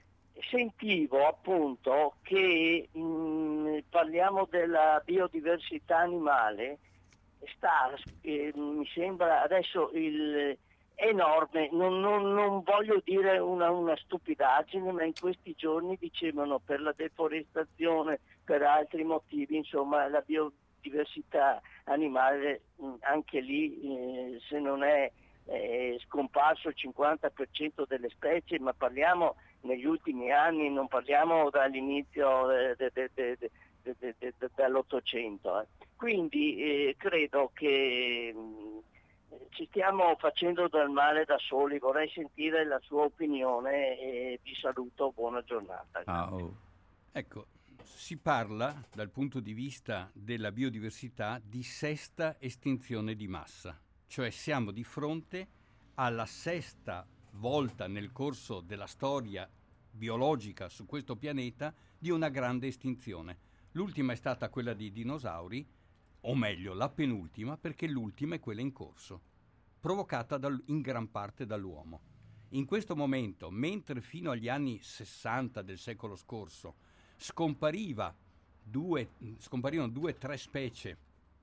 Sentivo appunto che mh, parliamo della biodiversità animale, sta, eh, mi sembra adesso il, enorme, non, non, non voglio dire una, una stupidaggine, ma in questi giorni dicevano per la deforestazione, per altri motivi, insomma la biodiversità animale mh, anche lì eh, se non è eh, scomparso il cinquanta per cento delle specie, ma parliamo negli ultimi anni, non parliamo dall'inizio de, de, de, de, de, de, de, de, dall'Ottocento. Eh. Quindi eh, credo che mh, ci stiamo facendo del male da soli. Vorrei sentire la sua opinione e vi saluto, buona giornata. Ah, oh. Ecco, si parla, dal punto di vista della biodiversità, di sesta estinzione di massa, cioè siamo di fronte alla sesta volta nel corso della storia biologica su questo pianeta di una grande estinzione. L'ultima è stata quella dei dinosauri, o meglio la penultima, perché l'ultima è quella in corso, provocata dal, in gran parte dall'uomo. In questo momento, mentre fino agli anni sessanta del secolo scorso scompariva due, scomparivano due o tre specie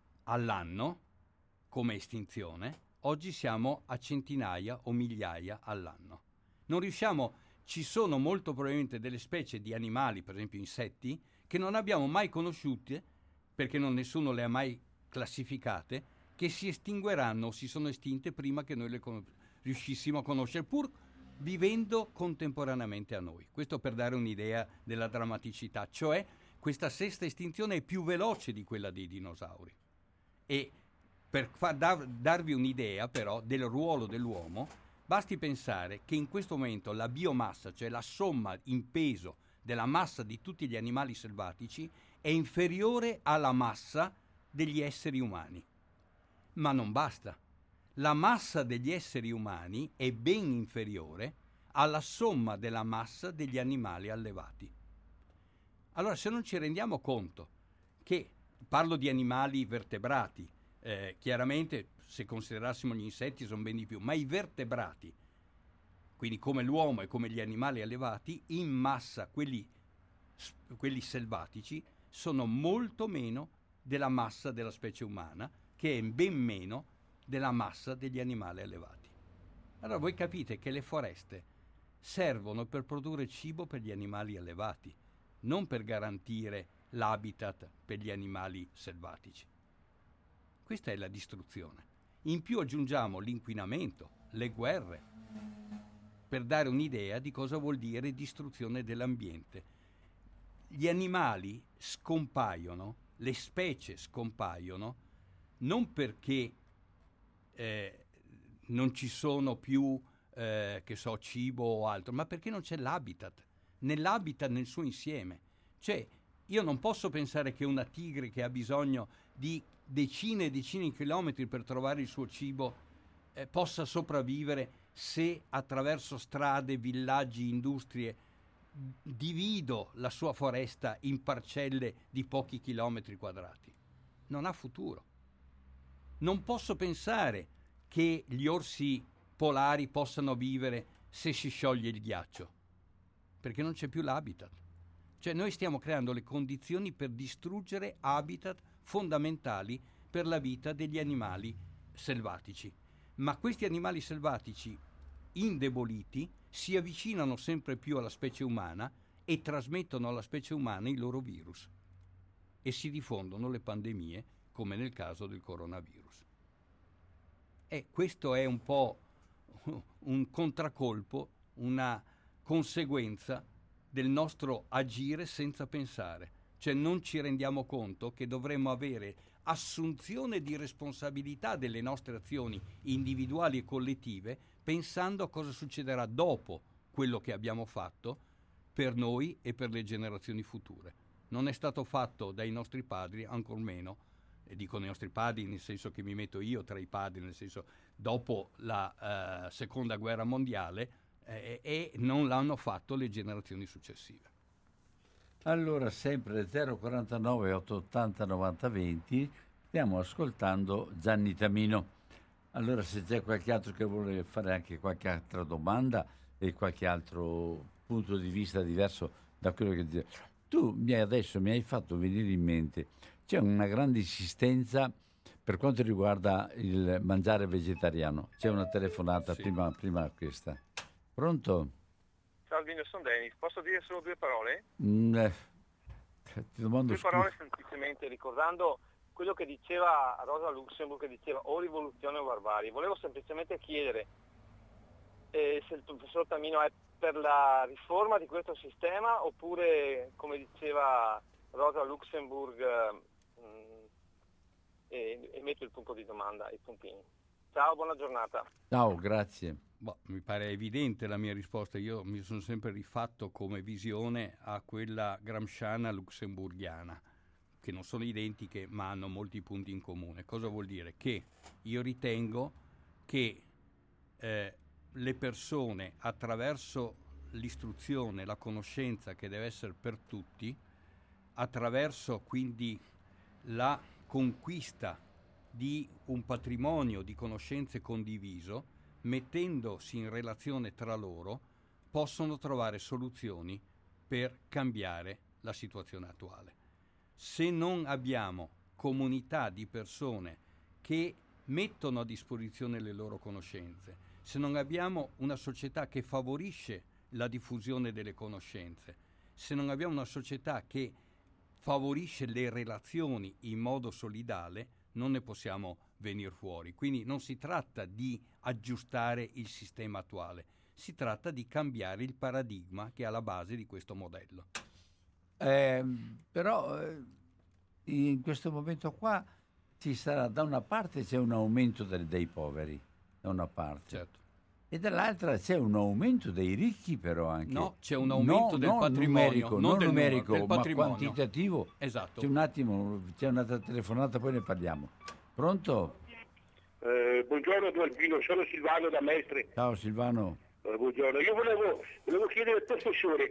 all'anno come estinzione, oggi siamo a centinaia o migliaia all'anno. Non riusciamo, ci sono molto probabilmente delle specie di animali, per esempio insetti, che non abbiamo mai conosciute, perché non, nessuno le ha mai classificate, che si estingueranno o si sono estinte prima che noi le con- riuscissimo a conoscere, pur vivendo contemporaneamente a noi. Questo per dare un'idea della drammaticità, cioè questa sesta estinzione è più veloce di quella dei dinosauri. E per far dar, darvi un'idea però del ruolo dell'uomo, basti pensare che in questo momento la biomassa, cioè la somma in peso della massa di tutti gli animali selvatici, è inferiore alla massa degli esseri umani. Ma non basta. La massa degli esseri umani è ben inferiore alla somma della massa degli animali allevati. Allora, se non ci rendiamo conto che, parlo di animali vertebrati, eh, chiaramente se considerassimo gli insetti sono ben di più, ma i vertebrati, quindi come l'uomo e come gli animali allevati, in massa quelli, quelli selvatici sono molto meno della massa della specie umana, che è ben meno della massa degli animali allevati. Allora voi capite che le foreste servono per produrre cibo per gli animali allevati, non per garantire l'habitat per gli animali selvatici. Questa è la distruzione. In più aggiungiamo l'inquinamento, le guerre, per dare un'idea di cosa vuol dire distruzione dell'ambiente. Gli animali scompaiono, le specie scompaiono, non perché eh, non ci sono più, eh, che so, cibo o altro, ma perché non c'è l'habitat, nell'habitat nel suo insieme. Cioè, io non posso pensare che una tigre che ha bisogno di decine e decine di chilometri per trovare il suo cibo eh, possa sopravvivere se attraverso strade, villaggi, industrie divido la sua foresta in parcelle di pochi chilometri quadrati. Non ha futuro. Non posso pensare che gli orsi polari possano vivere se si scioglie il ghiaccio, perché non c'è più l'habitat. Cioè noi stiamo creando le condizioni per distruggere habitat fondamentali per la vita degli animali selvatici. Ma questi animali selvatici indeboliti si avvicinano sempre più alla specie umana e trasmettono alla specie umana i loro virus e si diffondono le pandemie, come nel caso del coronavirus. E questo è un po' un contraccolpo, una conseguenza del nostro agire senza pensare. Cioè non ci rendiamo conto che dovremmo avere assunzione di responsabilità delle nostre azioni individuali e collettive, pensando a cosa succederà dopo quello che abbiamo fatto per noi e per le generazioni future. Non è stato fatto dai nostri padri, ancor meno, e dico nei nostri padri nel senso che mi metto io tra i padri, nel senso dopo la uh, seconda guerra mondiale, eh, e non l'hanno fatto le generazioni successive. Allora, sempre zero quarantanove ottocentottanta novanta venti, stiamo ascoltando Gianni Tamino. Allora, se c'è qualche altro che vuole fare anche qualche altra domanda e qualche altro punto di vista diverso da quello che dice. Tu mi hai, adesso mi hai fatto venire in mente, c'è una grande insistenza per quanto riguarda il mangiare vegetariano. C'è una telefonata, sì. prima, prima questa. Pronto? Salve, sono Dennis. Posso dire solo due parole? Mm, eh, ti domando due parole semplicemente, ricordando quello che diceva Rosa Luxemburg, che diceva o rivoluzione o barbarie. Volevo semplicemente chiedere eh, se il professor Tamino è per la riforma di questo sistema oppure, come diceva Rosa Luxemburg, eh, e, e metto il punto di domanda, i puntini. Ciao, buona giornata. Ciao, grazie. Boh, mi pare evidente la mia risposta. Io mi sono sempre rifatto come visione a quella gramsciana lussemburghiana, che non sono identiche ma hanno molti punti in comune. Cosa vuol dire? Che io ritengo che eh, le persone, attraverso l'istruzione, la conoscenza che deve essere per tutti, attraverso quindi la conquista di un patrimonio di conoscenze condiviso, mettendosi in relazione tra loro, possono trovare soluzioni per cambiare la situazione attuale. Se non abbiamo comunità di persone che mettono a disposizione le loro conoscenze, se non abbiamo una società che favorisce la diffusione delle conoscenze, se non abbiamo una società che favorisce le relazioni in modo solidale, non ne possiamo venire fuori. Quindi non si tratta di aggiustare il sistema attuale, si tratta di cambiare il paradigma che è alla base di questo modello. Eh, però eh, in questo momento qua ci sarà, da una parte c'è un aumento del, dei poveri, da una parte. Certo. E dall'altra c'è un aumento dei ricchi, però anche. No, c'è un aumento no, del non patrimonio, numerico, non non del numerico, numero, del ma patrimonio. quantitativo. Esatto. C'è un attimo, c'è un'altra telefonata, poi ne parliamo. Pronto? Eh, buongiorno Don Albino, sono Silvano da Mestre. Ciao Silvano. Eh, buongiorno, io volevo, volevo chiedere al professore,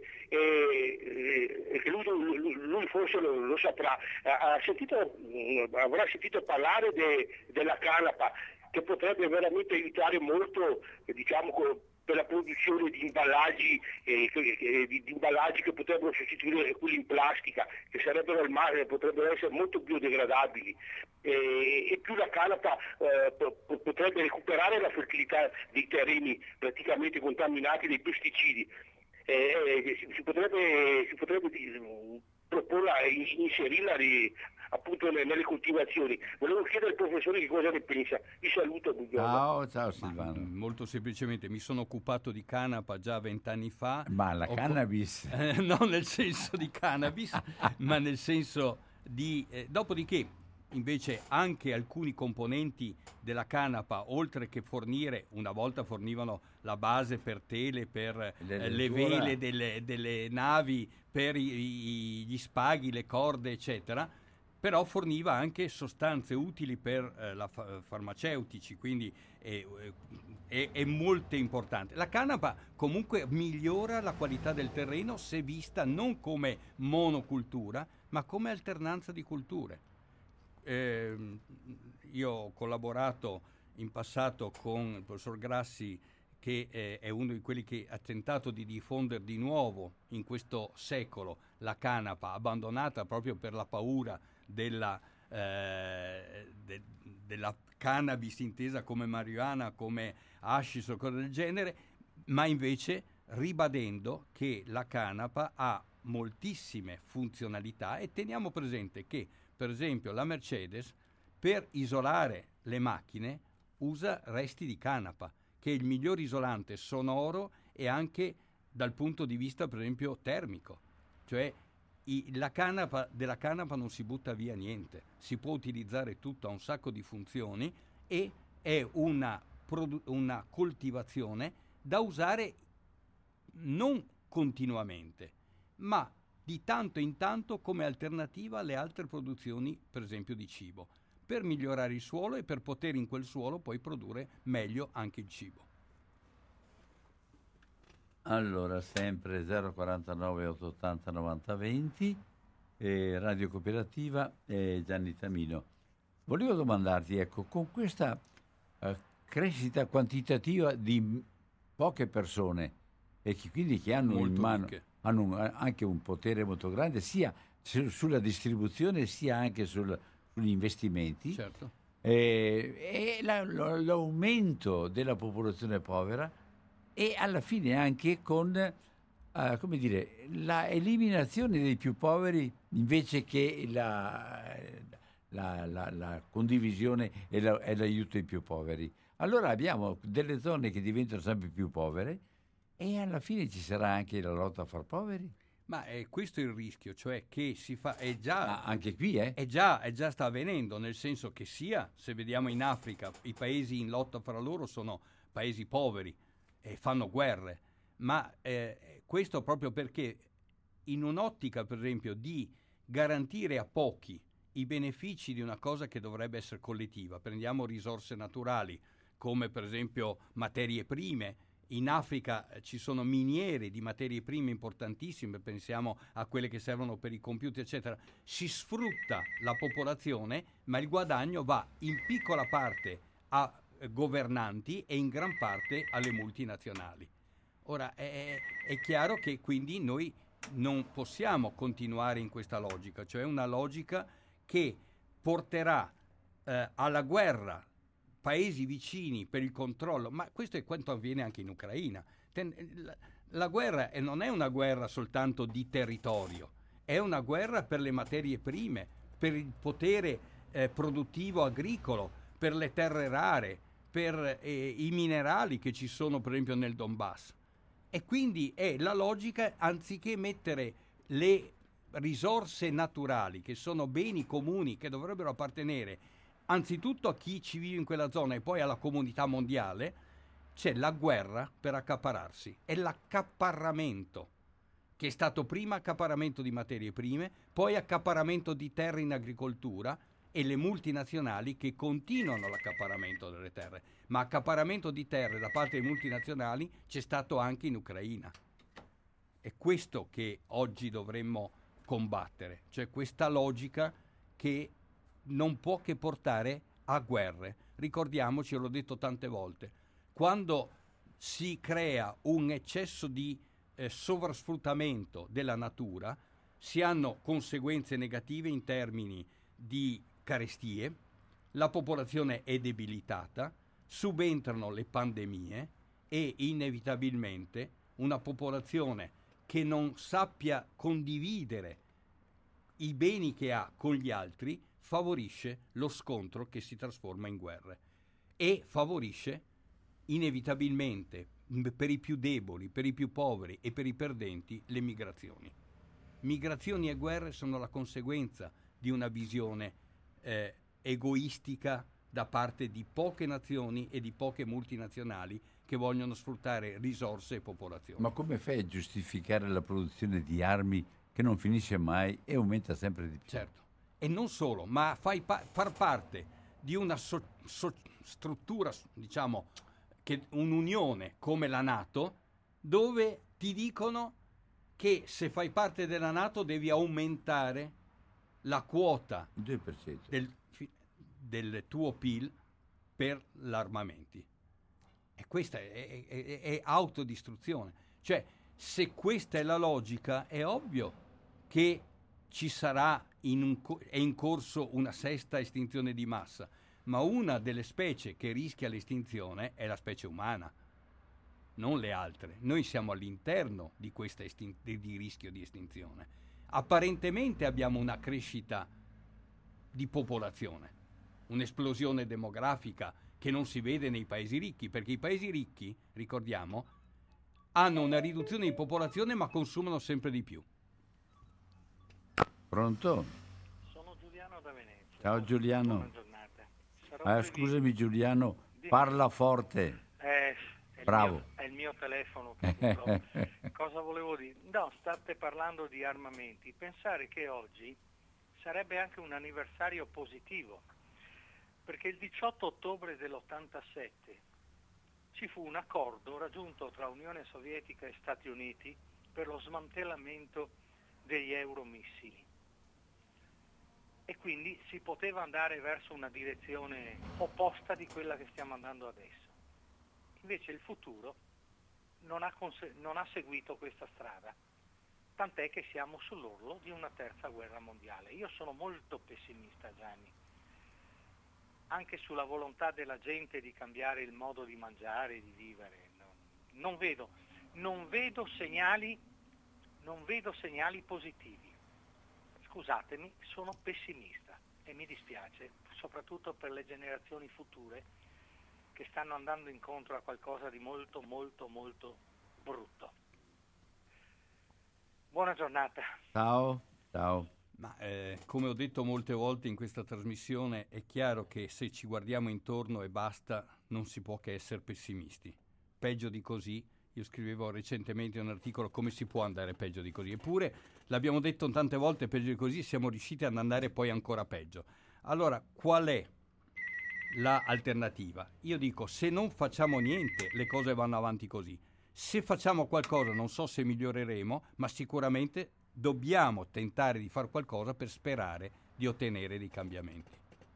eh, eh, che lui, lui, lui forse lo, lo saprà, ha, ha sentito, mh, avrà sentito parlare de, della canapa, che potrebbe veramente aiutare molto, eh, diciamo, co- per la produzione di imballaggi, eh, che, di, di imballaggi che potrebbero sostituire quelli in plastica, che sarebbero al mare, potrebbero essere molto biodegradabili, eh, e più la canapa eh, po- potrebbe recuperare la fertilità dei terreni praticamente contaminati dai pesticidi. Eh, eh, si, si potrebbe, si potrebbe eh, proporla, inserirla di, appunto nelle coltivazioni. Volevo chiedere al professore che cosa ne pensa. Vi saluto. Buongiorno. Ciao, ciao Silvano. Ma, molto semplicemente, mi sono occupato di canapa già vent'anni fa. Ma la Ho cannabis? Co- eh, non nel senso di cannabis, ma nel senso di... Eh, dopodiché, invece, anche alcuni componenti della canapa, oltre che fornire, una volta fornivano la base per tele, per eh, le vele delle, delle navi, per i, i, gli spaghi, le corde, eccetera, però forniva anche sostanze utili per eh, la fa- farmaceutici, quindi è, è, è molto importante. La canapa comunque migliora la qualità del terreno se vista non come monocultura, ma come alternanza di culture. Eh, io ho collaborato in passato con il professor Grassi, che eh, è uno di quelli che ha tentato di diffondere di nuovo in questo secolo la canapa, abbandonata proprio per la paura della, eh, de, della cannabis intesa come marijuana, come hashish o cose del genere, ma invece ribadendo che la canapa ha moltissime funzionalità. E teniamo presente che, per esempio, la Mercedes, per isolare le macchine, usa resti di canapa, che è il miglior isolante sonoro e anche dal punto di vista, per esempio, termico. Cioè, i, la canapa, della canapa non si butta via niente, si può utilizzare tutto, ha un sacco di funzioni e è una, produ- una coltivazione da usare non continuamente, ma di tanto in tanto come alternativa alle altre produzioni, per esempio di cibo, per migliorare il suolo e per poter in quel suolo poi produrre meglio anche il cibo. Allora, sempre zero quarantanove ottocentottanta novanta venti, eh, Radio Cooperativa e Gianni Tamino. Volevo domandarti, ecco, con questa eh, crescita quantitativa di poche persone e che quindi che hanno Molto in mano ricche. hanno un, anche un potere molto grande sia su, sulla distribuzione sia anche sul, sugli investimenti, Certo. eh, e la, lo, l'aumento della popolazione povera e alla fine anche con uh, come dire, la eliminazione dei più poveri invece che la, la, la, la condivisione e, la, e l'aiuto ai più poveri. Allora abbiamo delle zone che diventano sempre più povere e alla fine ci sarà anche la lotta a far poveri. Ma eh, questo è il rischio, cioè che si fa, è già, Ma anche qui, eh? è già, è già sta avvenendo, nel senso che sia, se vediamo in Africa, i paesi in lotta fra loro sono paesi poveri, e fanno guerre, ma eh, questo proprio perché in un'ottica, per esempio, di garantire a pochi i benefici di una cosa che dovrebbe essere collettiva. Prendiamo risorse naturali, come per esempio materie prime. In Africa ci sono miniere di materie prime importantissime, pensiamo a quelle che servono per i computer, eccetera. Si sfrutta la popolazione, ma il guadagno va in piccola parte a governanti e in gran parte alle multinazionali. Ora è, è chiaro che quindi noi non possiamo continuare in questa logica, cioè una logica che porterà eh, alla guerra paesi vicini per il controllo, ma questo è quanto avviene anche in Ucraina. La, la guerra e non è una guerra soltanto di territorio, è una guerra per le materie prime, per il potere eh, produttivo agricolo, per le terre rare, per eh, i minerali che ci sono per esempio nel Donbass. E quindi è la logica, anziché mettere le risorse naturali, che sono beni comuni che dovrebbero appartenere anzitutto a chi ci vive in quella zona e poi alla comunità mondiale, c'è la guerra per accapararsi. È l'accaparramento, che è stato prima accaparramento di materie prime, poi accaparramento di terre in agricoltura e le multinazionali che continuano l'accaparramento delle terre. Ma accaparramento di terre da parte delle multinazionali c'è stato anche in Ucraina. È questo che oggi dovremmo combattere, cioè questa logica che non può che portare a guerre. Ricordiamoci, l'ho detto tante volte, quando si crea un eccesso di eh, sovrasfruttamento della natura, si hanno conseguenze negative in termini di carestie, la popolazione è debilitata, subentrano le pandemie e inevitabilmente una popolazione che non sappia condividere i beni che ha con gli altri favorisce lo scontro che si trasforma in guerre e favorisce inevitabilmente per i più deboli, per i più poveri e per i perdenti le migrazioni. Migrazioni e guerre sono la conseguenza di una visione eh, egoistica da parte di poche nazioni e di poche multinazionali che vogliono sfruttare risorse e popolazioni. Ma come fai a giustificare la produzione di armi che non finisce mai e aumenta sempre di più? Certo. E non solo, ma fai pa- far parte di una so- so- struttura, diciamo, che un'unione come la NATO, dove ti dicono che se fai parte della NATO devi aumentare la quota due per cento del, del tuo P I L per l'armamenti. E questa è, è, è, è autodistruzione. Cioè, se questa è la logica, è ovvio che ci sarà in un, è in corso una sesta estinzione di massa, ma una delle specie che rischia l'estinzione è la specie umana, non le altre. Noi siamo all'interno di questa estin- di rischio di estinzione. Apparentemente abbiamo una crescita di popolazione, un'esplosione demografica che non si vede nei paesi ricchi, perché i paesi ricchi, ricordiamo, hanno una riduzione di popolazione ma consumano sempre di più. Pronto? Sono Giuliano da Venezia. Ciao Giuliano. Buona giornata. Ah, scusami Giuliano, parla forte. Eh, è Bravo. Il mio, è il mio telefono. Che Cosa volevo dire? No, state parlando di armamenti. Pensare che oggi sarebbe anche un anniversario positivo, perché il diciotto ottobre dell'ottantasette ci fu un accordo raggiunto tra Unione Sovietica e Stati Uniti per lo smantellamento degli euromissili. E quindi si poteva andare verso una direzione opposta di quella che stiamo andando adesso. Invece il futuro non ha, conse- non ha seguito questa strada, tant'è che siamo sull'orlo di una terza guerra mondiale. Io sono molto pessimista, Gianni, anche sulla volontà della gente di cambiare il modo di mangiare e di vivere. Non, non vedo, non vedo segnali, non vedo segnali positivi. Scusatemi, sono pessimista e mi dispiace, soprattutto per le generazioni future che stanno andando incontro a qualcosa di molto, molto, molto brutto. Buona giornata. Ciao, ciao. Ma eh, come ho detto molte volte in questa trasmissione, è chiaro che se ci guardiamo intorno e basta, non si può che essere pessimisti. peggio di così. Io scrivevo recentemente un articolo come si può andare peggio di così, eppure l'abbiamo detto tante volte peggio di così, siamo riusciti ad andare poi ancora peggio. Allora, qual è l'alternativa? Io dico, se non facciamo niente, le cose vanno avanti così. Se facciamo qualcosa, non so se miglioreremo, ma sicuramente dobbiamo tentare di fare qualcosa per sperare di ottenere dei cambiamenti.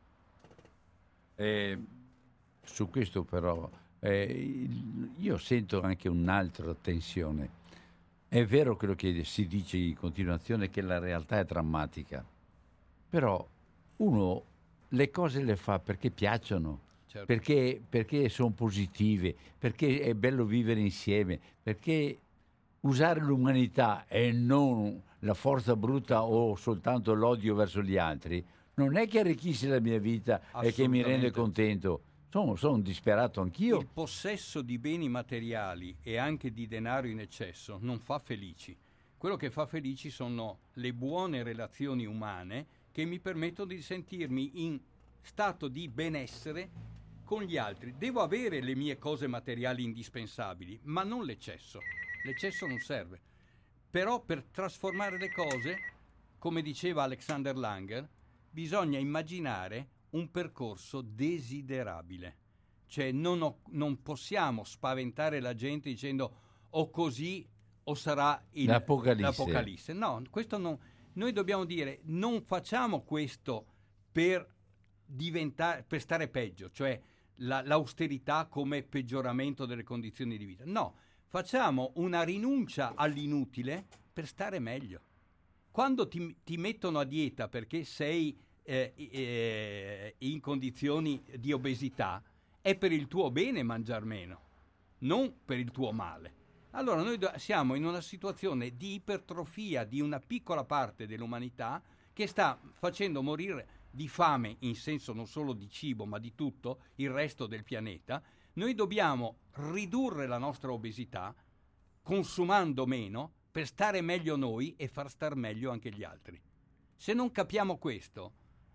Eh, su questo però eh, io sento anche un'altra tensione. È vero quello che si dice in continuazione, che la realtà è drammatica, però uno le cose le fa perché piacciono, Certo. perché, perché sono positive, perché è bello vivere insieme, perché usare l'umanità e non la forza bruta o soltanto l'odio verso gli altri non è che arricchisce la mia vita e che mi rende contento. Sono, sono disperato anch'io. Il possesso di beni materiali e anche di denaro in eccesso non fa felici. Quello che fa felici sono le buone relazioni umane che mi permettono di sentirmi in stato di benessere con gli altri. Devo avere le mie cose materiali indispensabili, ma non l'eccesso. L'eccesso non serve. Però per trasformare le cose, come diceva Alexander Langer, bisogna immaginare un percorso desiderabile. Cioè non, ho, non possiamo spaventare la gente dicendo o così o sarà il, l'Apocalisse. l'Apocalisse. No, questo non. Noi dobbiamo dire non facciamo questo per diventare, per stare peggio, cioè la, l'austerità come peggioramento delle condizioni di vita. No, facciamo una rinuncia all'inutile per stare meglio. Quando ti, ti mettono a dieta perché sei eh, eh, in condizioni di obesità, è per il tuo bene mangiar meno, non per il tuo male. Allora noi do- siamo in una situazione di ipertrofia di una piccola parte dell'umanità che sta facendo morire di fame, in senso non solo di cibo ma di tutto il resto del pianeta. Noi dobbiamo ridurre la nostra obesità consumando meno per stare meglio noi e far star meglio anche gli altri. Se non capiamo questo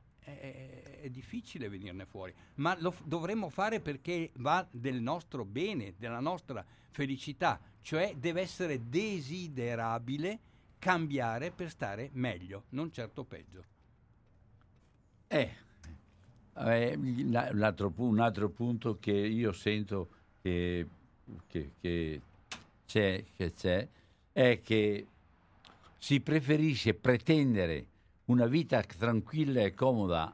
è, è difficile venirne fuori, ma lo f- dovremmo fare perché va del nostro bene, della nostra felicità, cioè deve essere desiderabile cambiare per stare meglio, non certo peggio. Eh, eh, la- l'altro, pu- un altro punto che io sento che, che, che c'è, che c'è è che si preferisce pretendere una vita tranquilla e comoda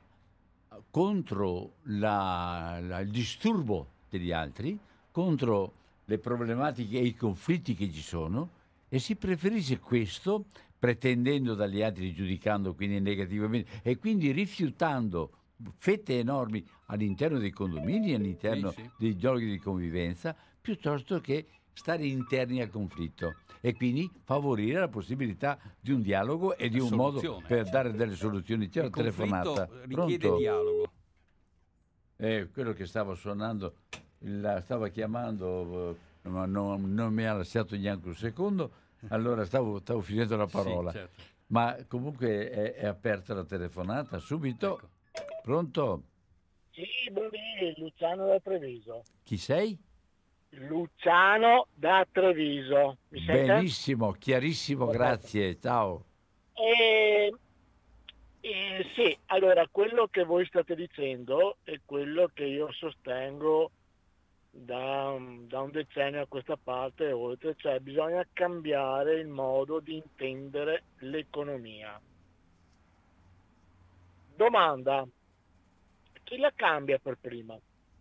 contro la, la- il disturbo degli altri, contro le problematiche e i conflitti che ci sono, e si preferisce questo pretendendo dagli altri, giudicando quindi negativamente e quindi rifiutando fette enormi all'interno dei condomini, all'interno Sì, sì. dei giochi di convivenza, piuttosto che stare interni al conflitto e quindi favorire la possibilità di un dialogo e di un modo Soluzione. per dare delle soluzioni. C'è Il una telefonata. conflitto richiede Pronto? dialogo. Eh, quello che stava suonando, la stava chiamando, eh, ma non, non mi ha lasciato neanche un secondo, allora stavo, stavo finendo la parola. Sì, certo. Ma comunque è, è aperta la telefonata, subito. Ecco. Pronto? Sì, buongiorno, Luciano da Treviso. Chi sei? Luciano da Treviso. Mi sente? Benissimo, chiarissimo, Perfetto. grazie, ciao. E, e sì, allora quello che voi state dicendo è quello che io sostengo da, da un decennio a questa parte e oltre, cioè bisogna cambiare il modo di intendere l'economia. Domanda, chi la cambia per prima?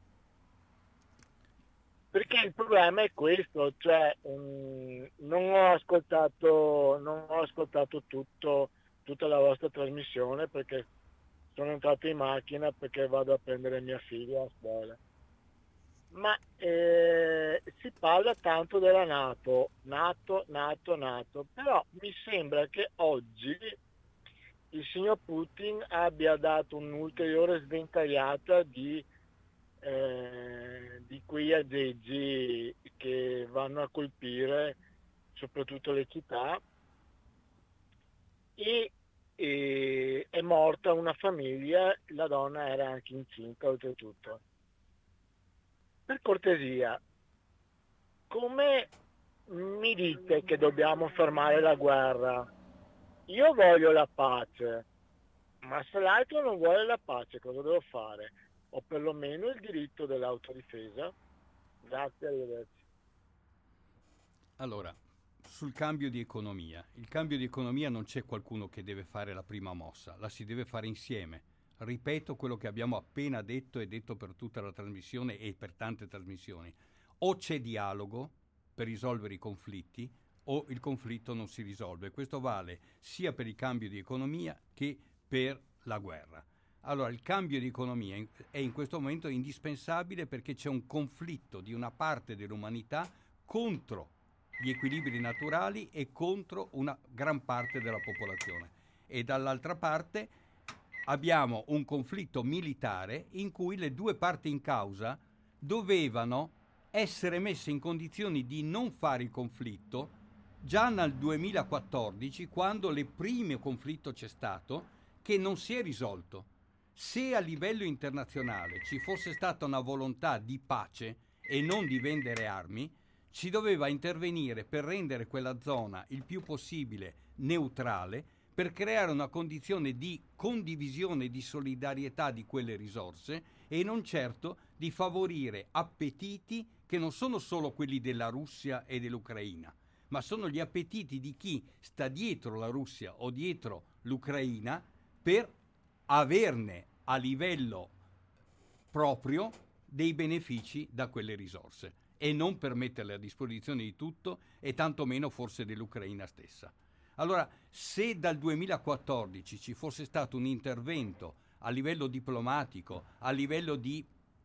Perché il problema è questo, cioè um, non ho ascoltato, non ho ascoltato tutto, tutta la vostra trasmissione perché sono entrato in macchina perché vado a prendere mia figlia a scuola. Ma eh, si parla tanto della NATO, NATO, NATO, NATO, però mi sembra che oggi il signor Putin abbia dato un'ulteriore sventagliata di Eh, di quei aggeggi che vanno a colpire soprattutto le città e, e è morta una famiglia, la donna era anche incinta oltretutto. Per cortesia, come mi dite che dobbiamo fermare la guerra? Io voglio la pace, ma se l'altro non vuole la pace, cosa devo fare? Ho perlomeno il diritto dell'autodifesa. Grazie, arrivederci. Allora, sul cambio di economia. Il cambio di economia non c'è qualcuno che deve fare la prima mossa, la si deve fare insieme. Ripeto quello che abbiamo appena detto e detto per tutta la trasmissione e per tante trasmissioni. O c'è dialogo per risolvere i conflitti o il conflitto non si risolve. Questo vale sia per il cambio di economia che per la guerra. Allora, il cambio di economia è in questo momento indispensabile perché c'è un conflitto di una parte dell'umanità contro gli equilibri naturali e contro una gran parte della popolazione. E dall'altra parte abbiamo un conflitto militare in cui le due parti in causa dovevano essere messe in condizioni di non fare il conflitto già nel duemilaquattordici, quando il primo conflitto c'è stato, che non si è risolto. Se a livello internazionale ci fosse stata una volontà di pace e non di vendere armi, si doveva intervenire per rendere quella zona il più possibile neutrale, per creare una condizione di condivisione e di solidarietà di quelle risorse e non certo di favorire appetiti che non sono solo quelli della Russia e dell'Ucraina, ma sono gli appetiti di chi sta dietro la Russia o dietro l'Ucraina per averne a livello proprio dei benefici da quelle risorse e non per metterle a disposizione di tutto e tantomeno forse dell'Ucraina stessa. Allora, se dal duemilaquattordici ci fosse stato un intervento a livello diplomatico, a livello di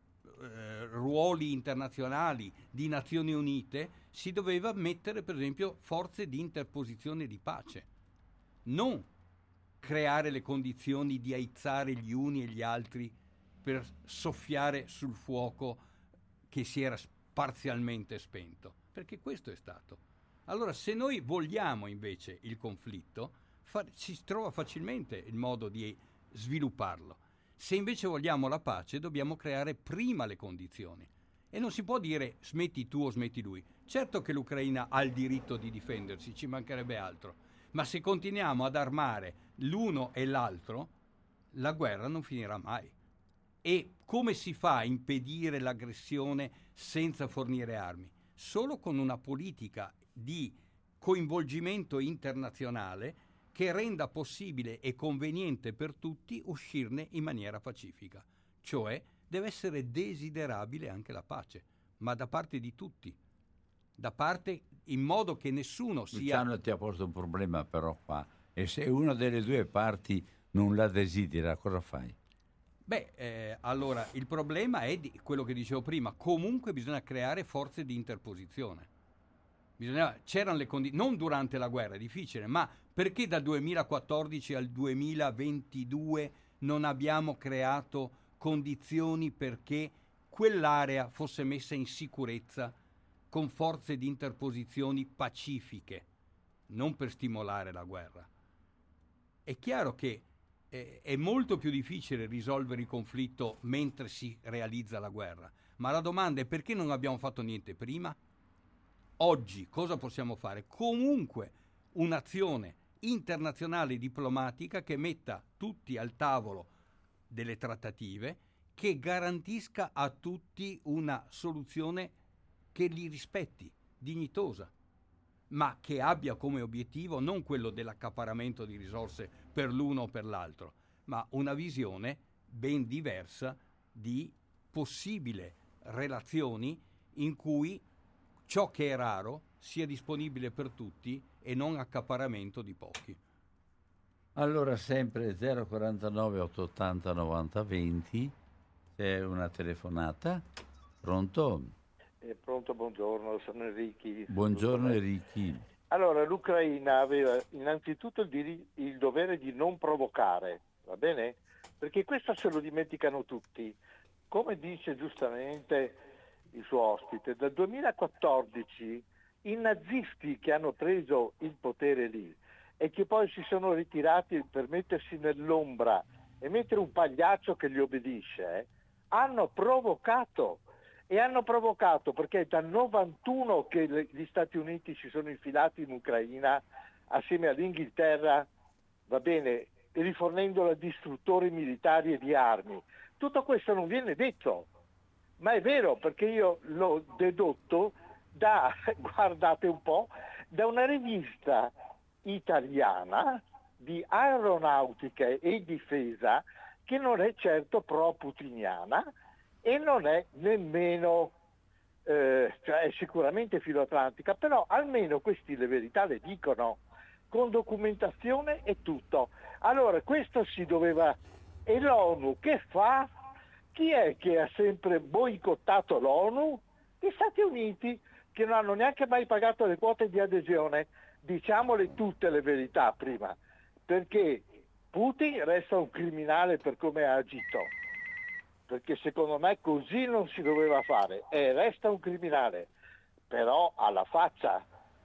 eh, ruoli internazionali, di Nazioni Unite, si doveva mettere per esempio forze di interposizione di pace, non creare le condizioni di aizzare gli uni e gli altri per soffiare sul fuoco che si era parzialmente spento, perché questo è stato. Allora, se noi vogliamo invece il conflitto, fa- si trova facilmente il modo di svilupparlo. Se invece vogliamo la pace, dobbiamo creare prima le condizioni. E non si può dire smetti tu o smetti lui. Certo che l'Ucraina ha il diritto di difendersi, ci mancherebbe altro. Ma se continuiamo ad armare l'uno e l'altro, la guerra non finirà mai. E come si fa a impedire l'aggressione senza fornire armi? Solo con una politica di coinvolgimento internazionale che renda possibile e conveniente per tutti uscirne in maniera pacifica. Cioè deve essere desiderabile anche la pace, ma da parte di tutti, da parte in modo che nessuno sia... Luciano ti ha posto un problema però qua, e se una delle due parti non la desidera, cosa fai? Beh, eh, allora il problema è di quello che dicevo prima, comunque bisogna creare forze di interposizione. Bisogna, c'erano le condizioni, non durante la guerra, è difficile, ma perché dal duemilaquattordici al duemilaventidue non abbiamo creato condizioni perché quell'area fosse messa in sicurezza con forze di interposizioni pacifiche, non per stimolare la guerra? È chiaro che eh, è molto più difficile risolvere il conflitto mentre si realizza la guerra, ma la domanda è perché non abbiamo fatto niente prima? Oggi cosa possiamo fare? Comunque un'azione internazionale diplomatica che metta tutti al tavolo delle trattative, che garantisca a tutti una soluzione che li rispetti, dignitosa, ma che abbia come obiettivo non quello dell'accaparramento di risorse per l'uno o per l'altro, ma una visione ben diversa di possibili relazioni in cui ciò che è raro sia disponibile per tutti e non accaparramento di pochi. Allora sempre zero quarantanove ottocentottanta novanta venti, c'è una telefonata. Pronto? Eh, pronto, buongiorno, sono Enrichi. Buongiorno Enrichi. Allora, l'Ucraina aveva innanzitutto il, dir- il dovere di non provocare, va bene? Perché questo se lo dimenticano tutti. Come dice giustamente il suo ospite, dal duemilaquattordici i nazisti che hanno preso il potere lì e che poi si sono ritirati per mettersi nell'ombra e mettere un pagliaccio che gli obbedisce, eh, hanno provocato e hanno provocato, perché è dal novantuno che le, gli Stati Uniti si sono infilati in Ucraina assieme all'Inghilterra, va bene, rifornendola di istruttori militari e di armi. Tutto questo non viene detto, ma è vero, perché io l'ho dedotto da, guardate un po', da una rivista italiana di aeronautica e difesa che non è certo pro-putiniana e non è nemmeno, eh, cioè è sicuramente filoatlantica, però almeno questi le verità le dicono, con documentazione e tutto. Allora questo si doveva, e l'ONU che fa? Chi è che ha sempre boicottato l'ONU? Gli Stati Uniti, che non hanno neanche mai pagato le quote di adesione. Diciamole tutte le verità prima, perché Putin resta un criminale per come ha agito, perché secondo me così non si doveva fare, e resta un criminale, però alla faccia,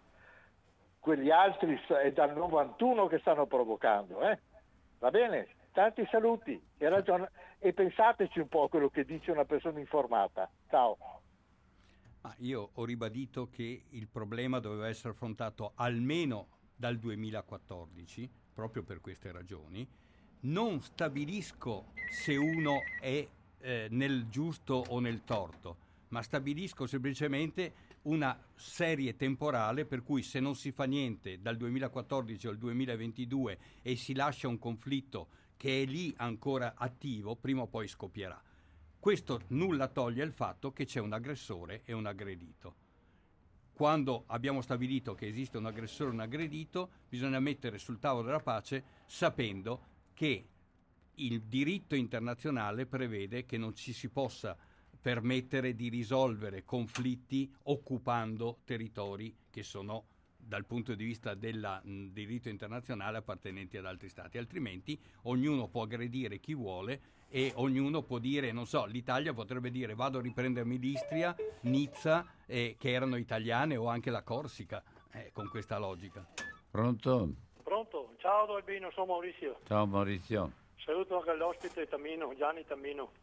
quegli altri è dal novantuno che stanno provocando, eh? Va bene? Tanti saluti e, ragion- e pensateci un po' a quello che dice una persona informata. Ciao. Ah, io ho ribadito che il problema doveva essere affrontato almeno dal duemilaquattordici, proprio per queste ragioni. Non stabilisco se uno è eh, nel giusto o nel torto, ma stabilisco semplicemente una serie temporale per cui se non si fa niente dal duemilaquattordici al duemilaventidue e si lascia un conflitto che è lì ancora attivo, prima o poi scoppierà. Questo nulla toglie il fatto che c'è un aggressore e un aggredito. Quando abbiamo stabilito che esiste un aggressore e un aggredito, bisogna mettere sul tavolo della pace sapendo che il diritto internazionale prevede che non ci si possa permettere di risolvere conflitti occupando territori che sono, dal punto di vista del diritto internazionale, appartenenti ad altri stati. Altrimenti ognuno può aggredire chi vuole e ognuno può dire, non so, l'Italia potrebbe dire vado a riprendermi l'Istria, Nizza, eh, che erano italiane, o anche la Corsica, eh, con questa logica. Pronto? Pronto, ciao Don Albino, sono Maurizio. Ciao Maurizio. Saluto anche l'ospite Tamino, Gianni Tamino.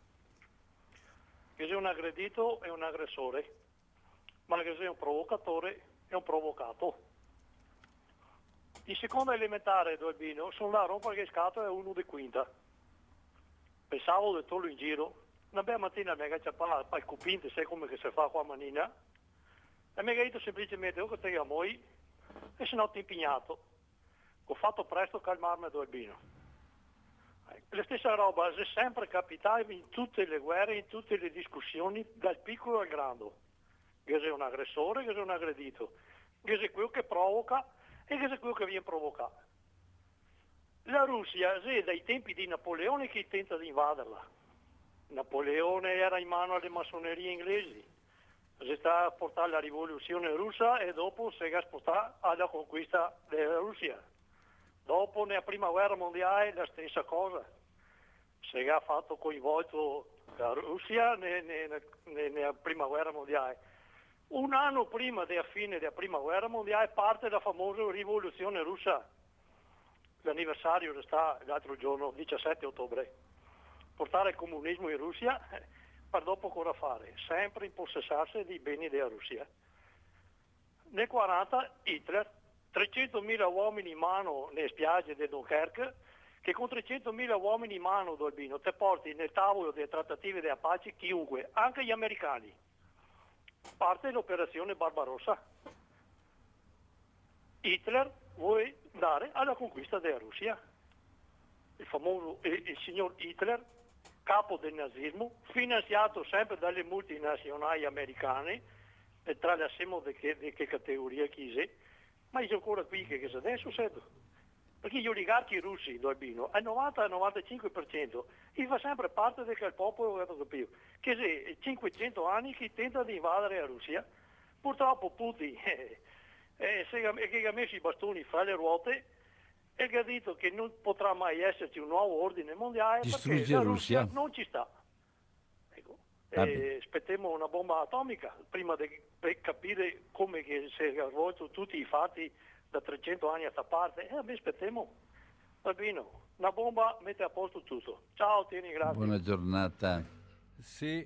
Che sei un aggredito e un aggressore, ma che sei un provocatore e un provocato. Il secondo elementare, Don Albino, sono là a rompere le scatole e uno di quinta. Pensavo di torno in giro, una bella mattina mi ha cacciato al cupinte, sai come che si fa qua a manina, e mi ha detto semplicemente, oh che te amoi, e sono impegnato. Ho fatto presto a calmarmi Don Albino. La stessa roba è sempre capitata in tutte le guerre, in tutte le discussioni, dal piccolo al grande. Che sei un aggressore, che sei un aggredito, che sei quello che provoca e che sei quello che viene provocato. La Russia è dai tempi di Napoleone che tenta di invaderla. Napoleone era in mano alle massonerie inglesi, si sta a portare la rivoluzione russa e dopo si è spostato alla conquista della Russia. Dopo nella prima guerra mondiale la stessa cosa, si è fatto coinvolto la Russia nella, nella prima guerra mondiale. Un anno prima della fine della prima guerra mondiale parte la famosa rivoluzione russa. L'anniversario sta l'altro giorno, diciassette ottobre. Portare il comunismo in Russia, per dopo cosa fare? Sempre impossessarsi dei beni della Russia. Nel quaranta Hitler, trecentomila uomini in mano nelle spiagge di Dunkerque, che con trecentomila uomini in mano, Don Albino, te porti nel tavolo delle trattative della pace chiunque, anche gli americani. Parte l'operazione Barbarossa. Hitler vuole andare alla conquista della Russia. Il famoso il, il signor Hitler, capo del nazismo, finanziato sempre dalle multinazionali americane, e tra le assieme di che, di che categoria chiese, ma è ancora qui che, che adesso succede. Perché gli oligarchi russi, Don Albino, al novanta al novantacinque per cento, gli fa sempre parte del popolo europeo, che se cinquecento anni che tenta di invadere la Russia. Purtroppo Putin eh, eh, che ha messo i bastoni fra le ruote e che ha detto che non potrà mai esserci un nuovo ordine mondiale distrugge perché la Russia. Russia non ci sta. Ecco. Eh, aspettiamo una bomba atomica prima di capire come che si è svolto tutti i fatti da trecento anni a sta parte. E eh, aspettiamo. Albino, una bomba mette a posto tutto. Ciao, tieni, grazie. Buona giornata. Se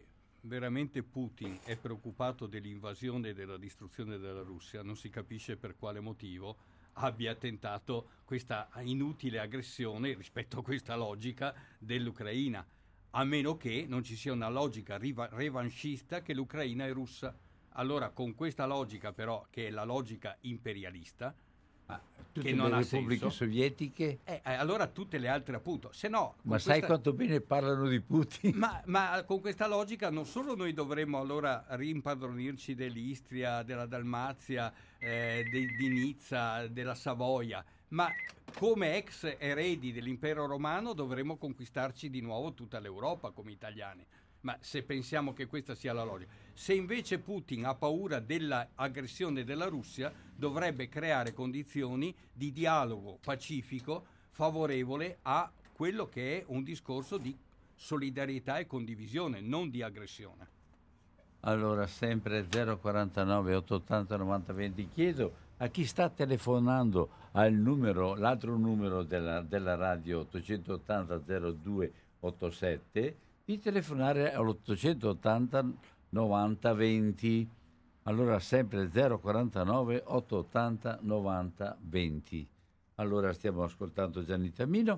veramente Putin è preoccupato dell'invasione e della distruzione della Russia, non si capisce per quale motivo abbia tentato questa inutile aggressione rispetto a questa logica dell'Ucraina, a meno che non ci sia una logica riva- revanchista che l'Ucraina è russa. Allora, con questa logica però, che è la logica imperialista, ah, tutte che non le ha repubbliche senso, sovietiche, eh, allora tutte le altre appunto, se no... ma sai questa... quanto bene parlano di Putin? Ma, ma con questa logica non solo noi dovremmo allora rimpadronirci dell'Istria, della Dalmazia, eh, de, di Nizza, della Savoia, ma come ex eredi dell'impero romano dovremmo conquistarci di nuovo tutta l'Europa come italiani. Ma se pensiamo che questa sia la logica, se invece Putin ha paura dell'aggressione della Russia, dovrebbe creare condizioni di dialogo pacifico favorevole a quello che è un discorso di solidarietà e condivisione, non di aggressione. Allora, sempre zero quarantanove ottocentottanta novanta venti, chiedo a chi sta telefonando al numero, l'altro numero della, della radio ottocentottanta zero due ottantasette, di telefonare all'ottocentottanta novanta venti. Allora, sempre zero quarantanove ottocentottanta novanta venti. Allora, stiamo ascoltando Gianni Tamino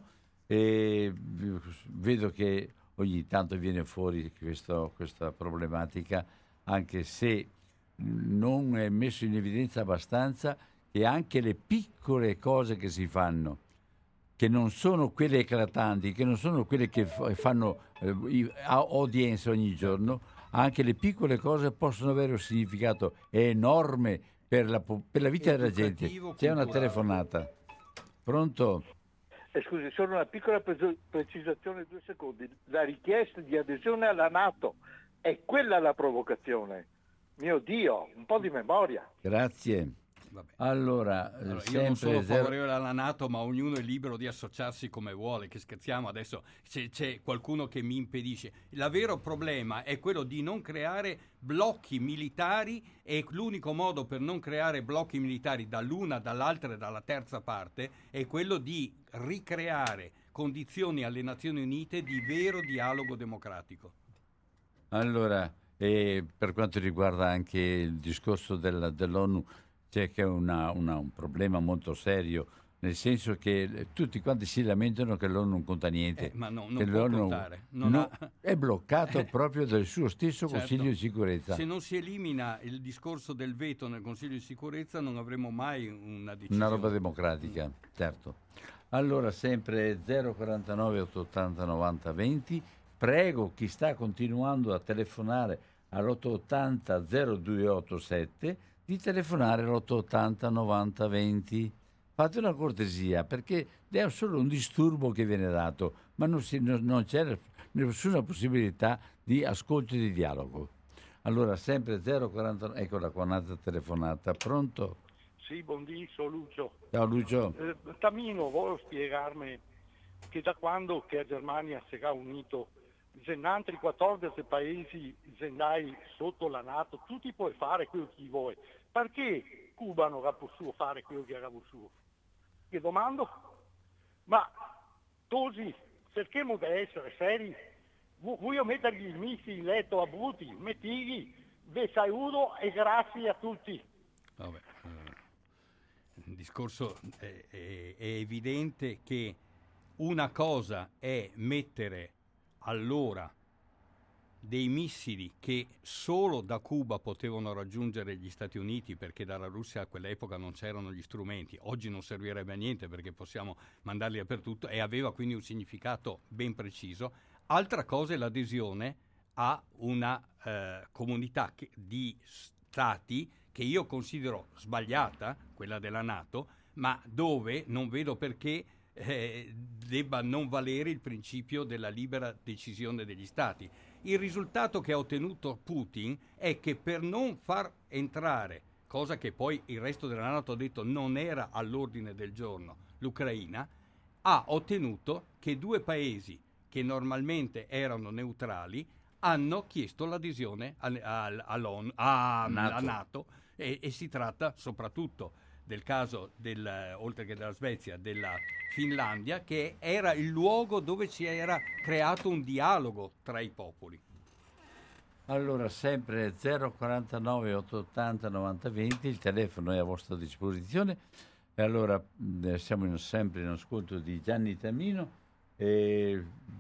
e vedo che ogni tanto viene fuori questo, questa problematica, anche se non è messo in evidenza abbastanza che anche le piccole cose che si fanno, che non sono quelle eclatanti, che non sono quelle che fanno eh, audience ogni giorno, anche le piccole cose possono avere un significato enorme per la, per la vita della gente. C'è una telefonata. Pronto? Eh, scusi, solo una piccola pre- precisazione, due secondi. La richiesta di adesione alla NATO è quella la provocazione. Mio Dio, un po' di memoria. Grazie. Vabbè. Allora, allora sempre io non sono zero... favorevole alla NATO, ma ognuno è libero di associarsi come vuole. Che scherziamo adesso, c'è, c'è qualcuno che mi impedisce. Il vero problema è quello di non creare blocchi militari, e l'unico modo per non creare blocchi militari dall'una, dall'altra e dalla terza parte è quello di ricreare condizioni alle Nazioni Unite di vero dialogo democratico. Allora, e per quanto riguarda anche il discorso della, dell'ONU, c'è che è una, una, un problema molto serio, nel senso che tutti quanti si lamentano che l'ONU non conta niente. Eh, ma no, non che può l'ONU contare. Non no, ha... è bloccato eh, proprio dal suo stesso certo. Consiglio di sicurezza. Se non si elimina il discorso del veto nel Consiglio di sicurezza non avremo mai una decisione. Una roba democratica, mm. certo. Allora, sempre zero quarantanove ottocentottanta novanta venti, prego chi sta continuando a telefonare all'ottocentottanta zero due ottantasette di telefonare all'ottocentottanta novanta venti. Fate una cortesia, perché è solo un disturbo che viene dato, ma non, si, non, non c'è nessuna possibilità di ascolto e di dialogo. Allora, sempre zero quarantanove, eccola qua, un'altra telefonata. Pronto? Sì, buondì, sono Lucio. Ciao Lucio. Eh, Tamino, voglio spiegarmi che da quando che la Germania si è unito, in altri quattordici paesi zendai sotto la NATO, tu ti puoi fare quello che vuoi. Perché Cuba non ha potuto fare quello che era potuto? Che domando? Ma così, cerchiamo di essere seri. Voglio mettergli i missili in letto a Buti, mettigli, vi saluto e grazie a tutti. Vabbè, il discorso è, è, è evidente che una cosa è mettere allora dei missili che solo da Cuba potevano raggiungere gli Stati Uniti, perché dalla Russia a quell'epoca non c'erano gli strumenti. Oggi non servirebbe a niente perché possiamo mandarli dappertutto, e aveva quindi un significato ben preciso. Altra cosa è l'adesione a una eh, comunità che, di stati che io considero sbagliata, quella della NATO, ma dove non vedo perché Eh, debba non valere il principio della libera decisione degli stati. Il risultato che ha ottenuto Putin è che, per non far entrare, cosa che poi il resto della NATO ha detto non era all'ordine del giorno, l'Ucraina, ha ottenuto che due paesi che normalmente erano neutrali hanno chiesto l'adesione a, a, all'ONU, a, NATO. alla NATO, e, e si tratta soprattutto del caso del, oltre che della Svezia, della Finlandia, che era il luogo dove si era creato un dialogo tra i popoli. Allora, sempre zero quarantanove ottocentottanta novanta venti, il telefono è a vostra disposizione. E allora mh, siamo in- sempre in ascolto di Gianni Tamino, e,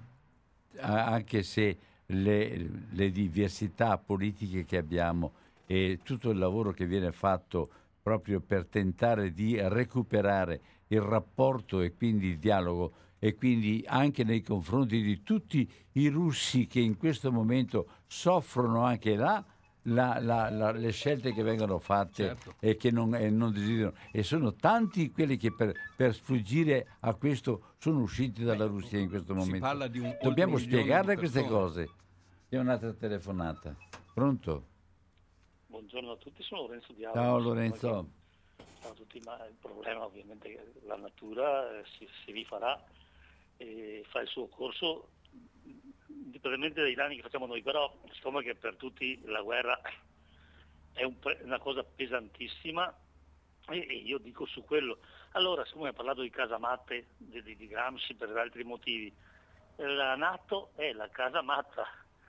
a- anche se le, le diversità politiche che abbiamo e tutto il lavoro che viene fatto proprio per tentare di recuperare il rapporto e quindi il dialogo, e quindi anche nei confronti di tutti i russi che in questo momento soffrono anche là la- la- la- le scelte che vengono fatte, Certo. e che non, e non desiderano. E sono tanti quelli che per, per sfuggire a questo sono usciti dalla Russia in questo Si momento. parla di un oltre Dobbiamo un milione spiegarle di queste persone. cose. C'è un'altra telefonata. Pronto? Buongiorno a tutti, sono Lorenzo Di Ava. Ciao Lorenzo. Ciao a tutti, ma il problema ovviamente è che la natura eh, si, si rifarà e fa il suo corso indipendentemente dai danni che facciamo noi, però insomma che per tutti la guerra è un pre- una cosa pesantissima e, e io dico su quello. Allora, siccome ha parlato di casamatte di, di, di Gramsci per altri motivi, la NATO è la casamatta,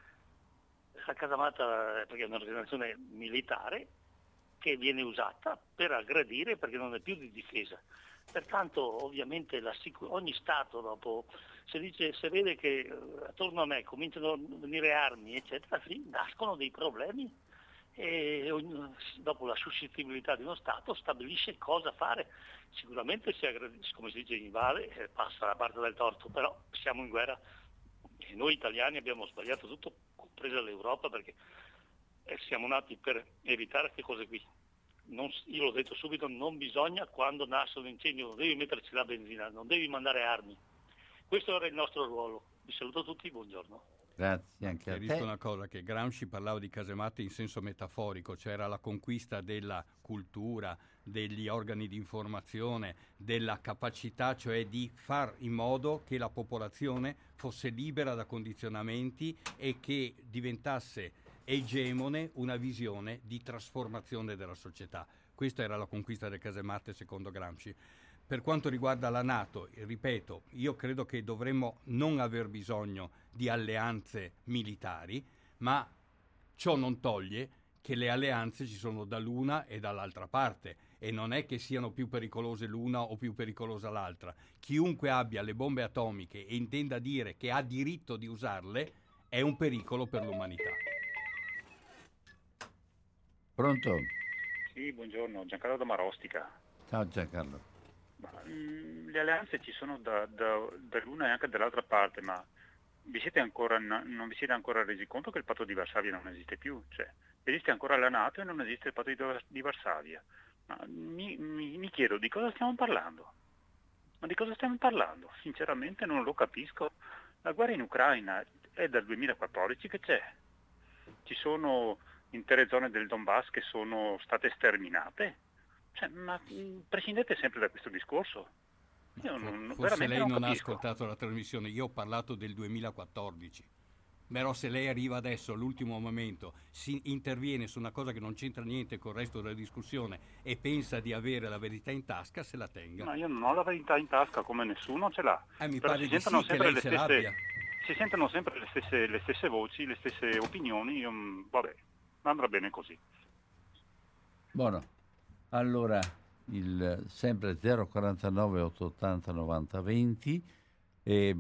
la casamatta perché è un'organizzazione militare che viene usata per aggredire perché non è più di difesa. Pertanto ovviamente la sicur- ogni Stato dopo, se, dice, se vede che eh, attorno a me cominciano a venire armi eccetera, sì, nascono dei problemi e ogni- dopo la suscettibilità di uno Stato stabilisce cosa fare. Sicuramente si aggredisce, come si dice in Vale, eh, passa la parte del torto, però siamo in guerra e noi italiani abbiamo sbagliato tutto, compresa l'Europa, perché eh, siamo nati per evitare queste cose qui. Non, io l'ho detto subito, non bisogna, quando nasce un incendio, non devi metterci la benzina, non devi mandare armi. Questo era il nostro ruolo. Vi saluto tutti, buongiorno. Grazie anche a Chiarisco te. una cosa, che Gramsci parlava di casematte in senso metaforico, cioè era la conquista della cultura, degli organi di informazione, della capacità, cioè di far in modo che la popolazione fosse libera da condizionamenti e che diventasse egemone una visione di trasformazione della società. Questa era la conquista delle casematte secondo Gramsci. Per quanto riguarda la NATO, ripeto, io credo che dovremmo non aver bisogno di alleanze militari, ma ciò non toglie che le alleanze ci sono dall'una e dall'altra parte e non è che siano più pericolose l'una o più pericolosa l'altra. Chiunque abbia le bombe atomiche e intenda dire che ha diritto di usarle è un pericolo per l'umanità. Pronto? Sì, buongiorno, Giancarlo da Marostica. Ciao Giancarlo. Ma, mh, le alleanze ci sono da, da, dall'una e anche dall'altra parte, ma vi siete ancora, non vi siete ancora resi conto che il patto di Varsavia non esiste più? Cioè, esiste ancora la NATO e non esiste il patto di, di Varsavia. Ma mi, mi, mi chiedo di cosa stiamo parlando? Ma di cosa stiamo parlando? Sinceramente non lo capisco. La guerra in Ucraina è dal duemilaquattordici che c'è. Ci sono intere zone del Donbass che sono state sterminate. Cioè, ma mh, prescindete sempre da questo discorso. Io non, Forse veramente lei non non ha capisco. ascoltato la trasmissione, io ho parlato del duemilaquattordici. Però se lei arriva adesso all'ultimo momento, si interviene su una cosa che non c'entra niente con il resto della discussione e pensa di avere la verità in tasca, se la tenga. Ma io non ho la verità in tasca come nessuno ce l'ha. Eh, mi Però pare si di sentono sì, che sempre lei le ce stesse, l'abbia. si sentono sempre le stesse, le stesse voci, le stesse opinioni. Io, mh, vabbè, andrà bene così. Buono. Allora, il sempre zero quarantanove ottocentottanta novanta venti, e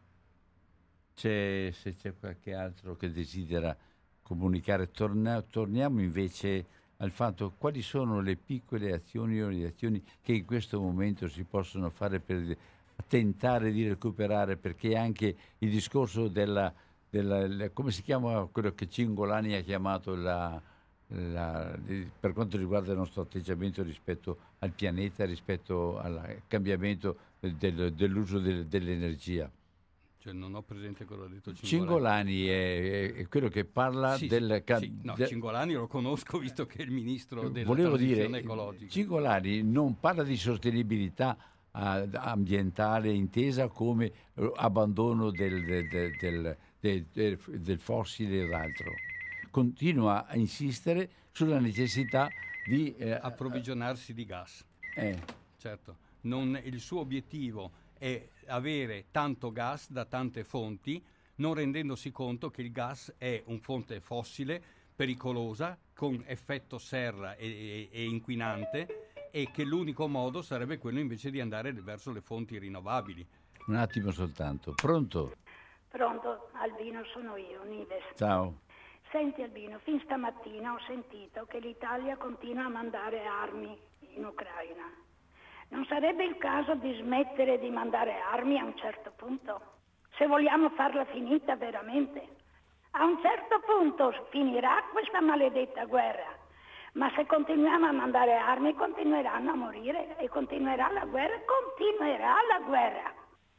c'è, se c'è qualche altro che desidera comunicare, torna- torniamo invece al fatto quali sono le piccole azioni o le azioni che in questo momento si possono fare per tentare di recuperare, perché anche il discorso della, della la- come si chiama quello che Cingolani ha chiamato la, la- di- per quanto riguarda il nostro atteggiamento rispetto al pianeta, rispetto al cambiamento del- dell'uso del- dell'energia. Cioè, non ho presente cosa ha detto Cingolani. Cingolani è, è quello che parla Sì, del... sì, ca- sì. No, de- Cingolani lo conosco visto che è il ministro della Volevo transizione dire, ecologica. Cingolani non parla di sostenibilità ah, ambientale intesa come eh, abbandono del, del, del, del, del- del- del fossile ed altro. Continua a insistere sulla necessità di... eh, Approvvigionarsi di gas. eh, Certo, non- il suo obiettivo è avere tanto gas da tante fonti non rendendosi conto che il gas è un fonte fossile, pericolosa, con effetto serra e, e, e inquinante, e che l'unico modo sarebbe quello invece di andare verso le fonti rinnovabili. Un attimo soltanto. Pronto? Pronto, Albino, sono io, Nives. Ciao. Senti Albino, fin stamattina ho sentito che l'Italia continua a mandare armi in Ucraina. Non sarebbe il caso di smettere di mandare armi a un certo punto? Se vogliamo farla finita veramente. A un certo punto finirà questa maledetta guerra, ma se continuiamo a mandare armi continueranno a morire e continuerà la guerra, continuerà la guerra.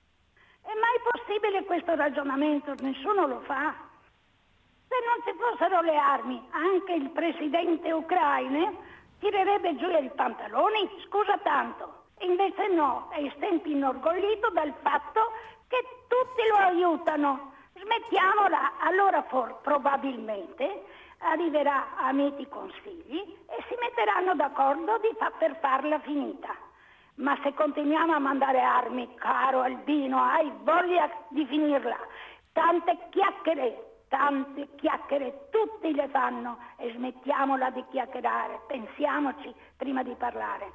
È mai possibile questo ragionamento? Nessuno lo fa. Se non ci fossero le armi, anche il presidente ucraino tirerebbe giù i pantaloni, scusa tanto. Invece no, e senti inorgoglito dal fatto che tutti lo aiutano. Smettiamola, allora for, probabilmente arriverà a miti consigli e si metteranno d'accordo di fa, per farla finita. Ma se continuiamo a mandare armi, caro Albino, hai voglia di finirla. Tante chiacchiere, tante chiacchiere, tutti le fanno e smettiamola di chiacchierare, pensiamoci prima di parlare.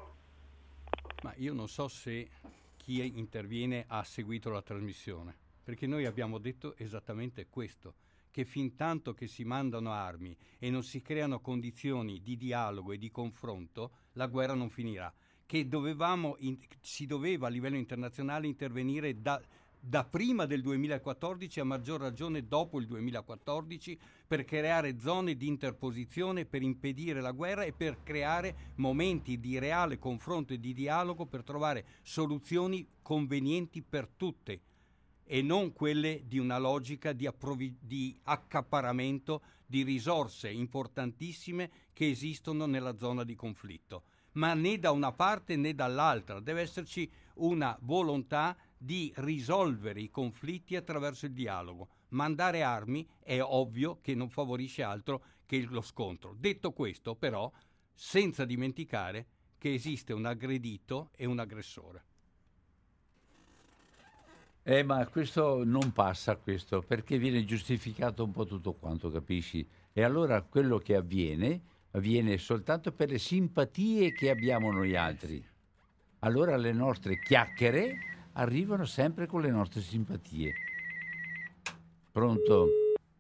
Ma io non so se chi interviene ha seguito la trasmissione, perché noi abbiamo detto esattamente questo, che fin tanto che si mandano armi e non si creano condizioni di dialogo e di confronto, la guerra non finirà, che dovevamo in, si doveva a livello internazionale intervenire da, da prima del duemilaquattordici, a maggior ragione dopo il duemilaquattordici, per creare zone di interposizione, per impedire la guerra e per creare momenti di reale confronto e di dialogo per trovare soluzioni convenienti per tutte, e non quelle di una logica di, approvvi- di accaparramento di risorse importantissime che esistono nella zona di conflitto. Ma né da una parte né dall'altra, deve esserci una volontà di risolvere i conflitti attraverso il dialogo. Mandare armi è ovvio che non favorisce altro che lo scontro. Detto questo, però, senza dimenticare che esiste un aggredito e un aggressore. Eh, ma questo non passa, questo, perché viene giustificato un po' tutto quanto, capisci? E allora quello che avviene, avviene soltanto per le simpatie che abbiamo noi altri. Allora le nostre chiacchiere arrivano sempre con le nostre simpatie. Pronto?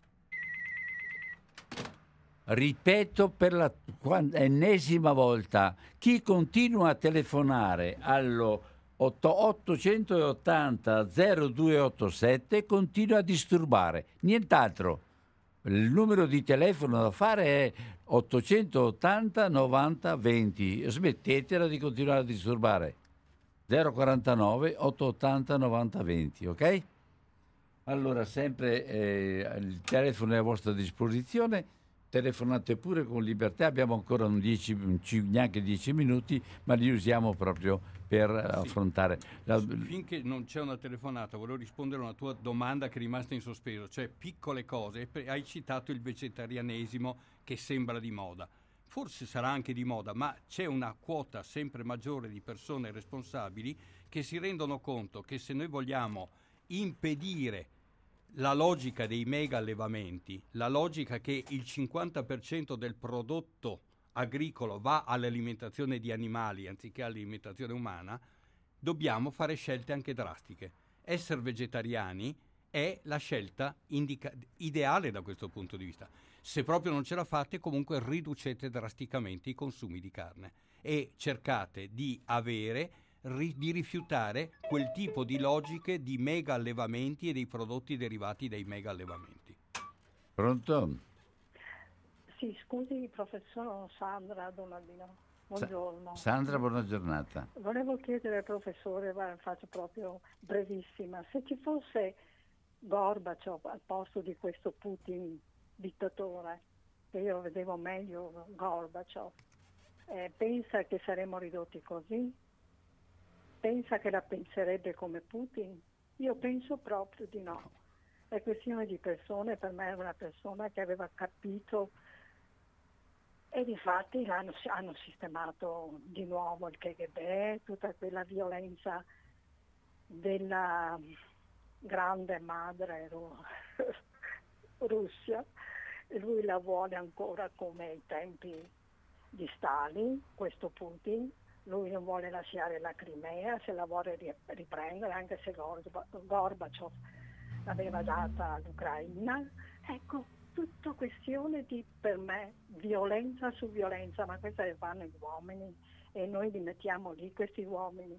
Ripeto per la ennesima volta, chi continua a telefonare allo ottocentottanta zero due ottantasette continua a disturbare, nient'altro. Il numero di telefono da fare è ottocentottanta novanta venti. Smettetela di continuare a disturbare. zero quarantanove ottocentottanta novanta venti, ok? Allora, sempre eh, il telefono è a vostra disposizione. Telefonate pure con libertà, abbiamo ancora un dieci, neanche dieci minuti, ma li usiamo proprio per sì. affrontare. La... Finché non c'è una telefonata, volevo rispondere a una tua domanda che è rimasta in sospeso, cioè piccole cose. Hai citato il vegetarianesimo che sembra di moda. Forse sarà anche di moda, ma c'è una quota sempre maggiore di persone responsabili che si rendono conto che se noi vogliamo impedire la logica dei mega allevamenti, la logica che il cinquanta per cento del prodotto agricolo va all'alimentazione di animali anziché all'alimentazione umana, dobbiamo fare scelte anche drastiche. Essere vegetariani è la scelta indica- ideale da questo punto di vista. Se proprio non ce la fate, comunque riducete drasticamente i consumi di carne e cercate di avere di rifiutare quel tipo di logiche di mega allevamenti e dei prodotti derivati dai mega allevamenti. Pronto? Sì, scusi professor Sandra Donaldino, buongiorno. Sa- Sandra, buona giornata. Volevo chiedere al professore, ma faccio proprio brevissima, se ci fosse Gorbaciov al posto di questo Putin dittatore, che io vedevo meglio Gorbaciov, eh, pensa che saremmo ridotti così? Pensa che la penserebbe come Putin? Io penso proprio di no. È questione di persone, per me era una persona che aveva capito e difatti hanno, hanno sistemato di nuovo il K G B, tutta quella violenza della grande madre Russia, e lui la vuole ancora come ai tempi di Stalin, questo Putin. Lui non vuole lasciare la Crimea, se la vuole riprendere, anche se Gorbaciov l'aveva data all'Ucraina. Ecco, tutta questione di, per me, violenza su violenza, ma questa fanno gli uomini e noi li mettiamo lì, questi uomini.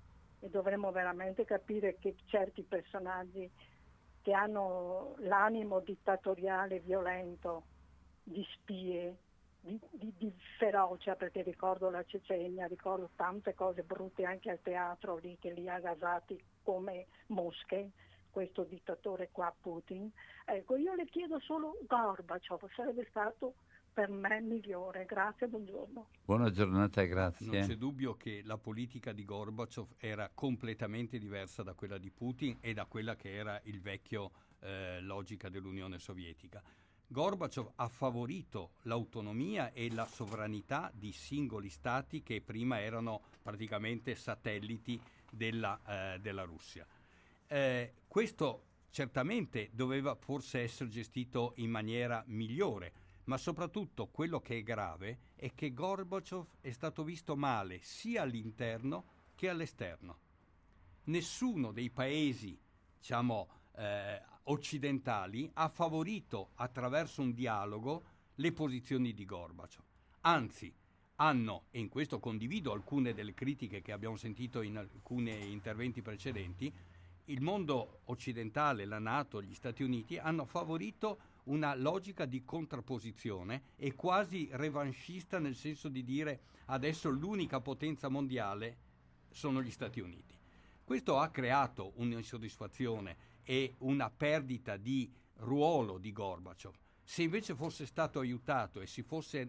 E dovremmo veramente capire che certi personaggi che hanno l'animo dittatoriale, violento, di spie, Di, di, di ferocia, perché ricordo la Cecenia, ricordo tante cose brutte anche al teatro lì, che li ha gasati come mosche, questo dittatore qua Putin. Ecco, io le chiedo solo Gorbaciov, sarebbe stato per me migliore. Grazie, buongiorno. Buona giornata e grazie. Non c'è dubbio che la politica di Gorbaciov era completamente diversa da quella di Putin e da quella che era il vecchio eh, logica dell'Unione Sovietica. Gorbaciov ha favorito l'autonomia e la sovranità di singoli stati che prima erano praticamente satelliti della, eh, della Russia. Eh, questo certamente doveva forse essere gestito in maniera migliore, ma soprattutto quello che è grave è che Gorbaciov è stato visto male sia all'interno che all'esterno. Nessuno dei paesi, diciamo, eh, occidentali ha favorito attraverso un dialogo le posizioni di Gorbaciov. Anzi, hanno, e in questo condivido alcune delle critiche che abbiamo sentito in alcuni interventi precedenti, il mondo occidentale, la NATO, gli Stati Uniti hanno favorito una logica di contrapposizione e quasi revanchista, nel senso di dire adesso l'unica potenza mondiale sono gli Stati Uniti. Questo ha creato un'insoddisfazione e una perdita di ruolo di Gorbaciov. Se invece fosse stato aiutato e si fosse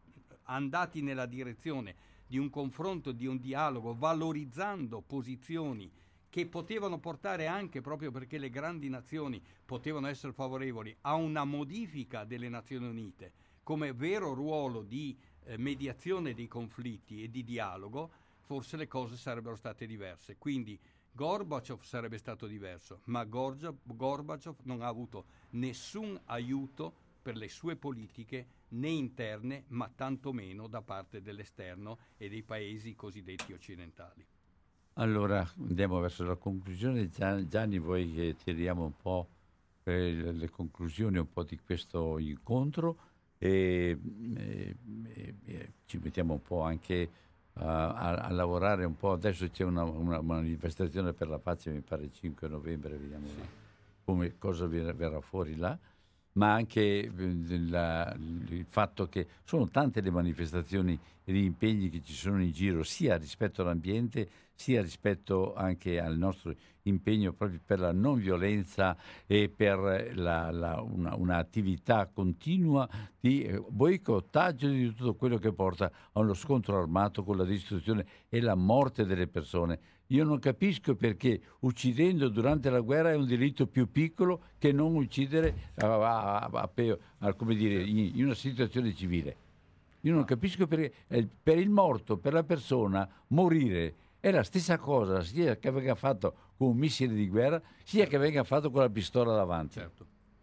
andati nella direzione di un confronto, di un dialogo, valorizzando posizioni che potevano portare anche, proprio perché le grandi nazioni potevano essere favorevoli, a una modifica delle Nazioni Unite come vero ruolo di eh, mediazione dei conflitti e di dialogo, forse le cose sarebbero state diverse. Quindi Gorbaciov sarebbe stato diverso, ma Gorbaciov non ha avuto nessun aiuto per le sue politiche né interne, ma tantomeno da parte dell'esterno e dei paesi cosiddetti occidentali. Allora andiamo verso la conclusione. Gianni, vuoi che tiriamo un po' eh, le conclusioni un po' di questo incontro e, e, e, e ci mettiamo un po' anche a, a, a lavorare un po'. Adesso c'è una, una manifestazione per la pace, mi pare il cinque novembre, vediamo sì. come, cosa verrà fuori là, ma anche la, il fatto che sono tante le manifestazioni e gli impegni che ci sono in giro, sia rispetto all'ambiente, sia rispetto anche al nostro impegno proprio per la non violenza e per la, la, una, un'attività continua di boicottaggio di tutto quello che porta a uno scontro armato con la distruzione e la morte delle persone. Io non capisco perché uccidendo durante la guerra è un delitto più piccolo che non uccidere a, a, a, a, come dire, in, in una situazione civile. Io non capisco perché eh, per il morto, per la persona, morire è la stessa cosa, sia che venga fatto con un missile di guerra, sia certo. che venga fatto con la pistola davanti. Certo.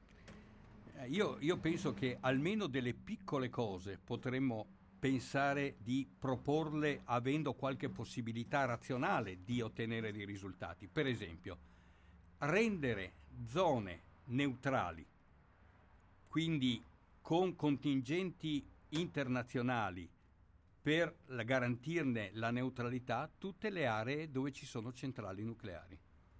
Eh, io, io penso che almeno delle piccole cose potremmo pensare di proporle avendo qualche possibilità razionale di ottenere dei risultati. Per esempio, rendere zone neutrali, quindi con contingenti internazionali per la, garantirne la neutralità, tutte le aree dove ci sono centrali nucleari.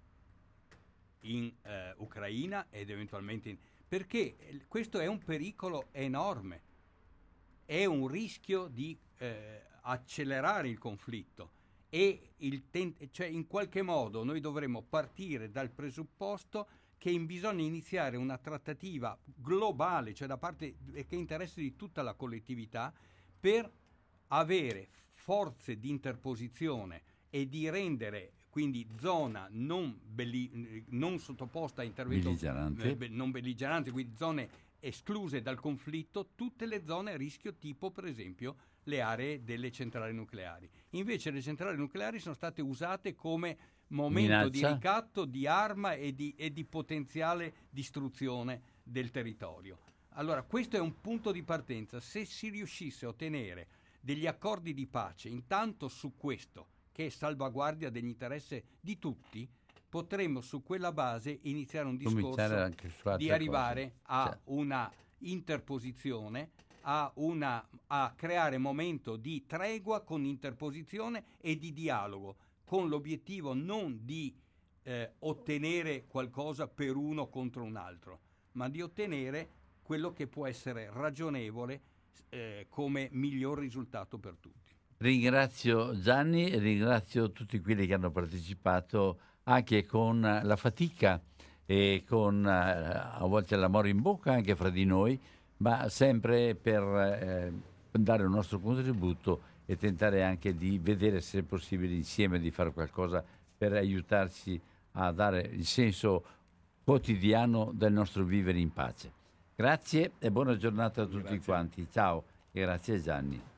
In eh, Ucraina ed eventualmente in... perché questo è un pericolo enorme. È un rischio di eh, accelerare il conflitto e il ten- cioè in qualche modo noi dovremmo partire dal presupposto che bisogna iniziare una trattativa globale, cioè da parte che interessi di tutta la collettività, per avere forze di interposizione e di rendere quindi zona non, belli- non sottoposta a intervento belligerante. Eh, be- non belligerante, quindi zone escluse dal conflitto, tutte le zone a rischio, tipo per esempio le aree delle centrali nucleari. Invece le centrali nucleari sono state usate come momento Minaccia. di ricatto, di arma e di, e di potenziale distruzione del territorio. Allora, questo è un punto di partenza. Se si riuscisse a ottenere degli accordi di pace, intanto su questo, che è salvaguardia degli interessi di tutti, potremmo su quella base iniziare un discorso anche su altre di arrivare cose. a Certo. una interposizione, a, una, a creare momento di tregua con interposizione e di dialogo, con l'obiettivo non di eh, ottenere qualcosa per uno contro un altro, ma di ottenere quello che può essere ragionevole eh, come miglior risultato per tutti. Ringrazio Gianni e ringrazio tutti quelli che hanno partecipato anche con la fatica e con a volte l'amore in bocca anche fra di noi, ma sempre per eh, dare un nostro contributo e tentare anche di vedere se è possibile insieme di fare qualcosa per aiutarci a dare il senso quotidiano del nostro vivere in pace. Grazie e buona giornata a tutti Grazie. quanti. Ciao e grazie Gianni.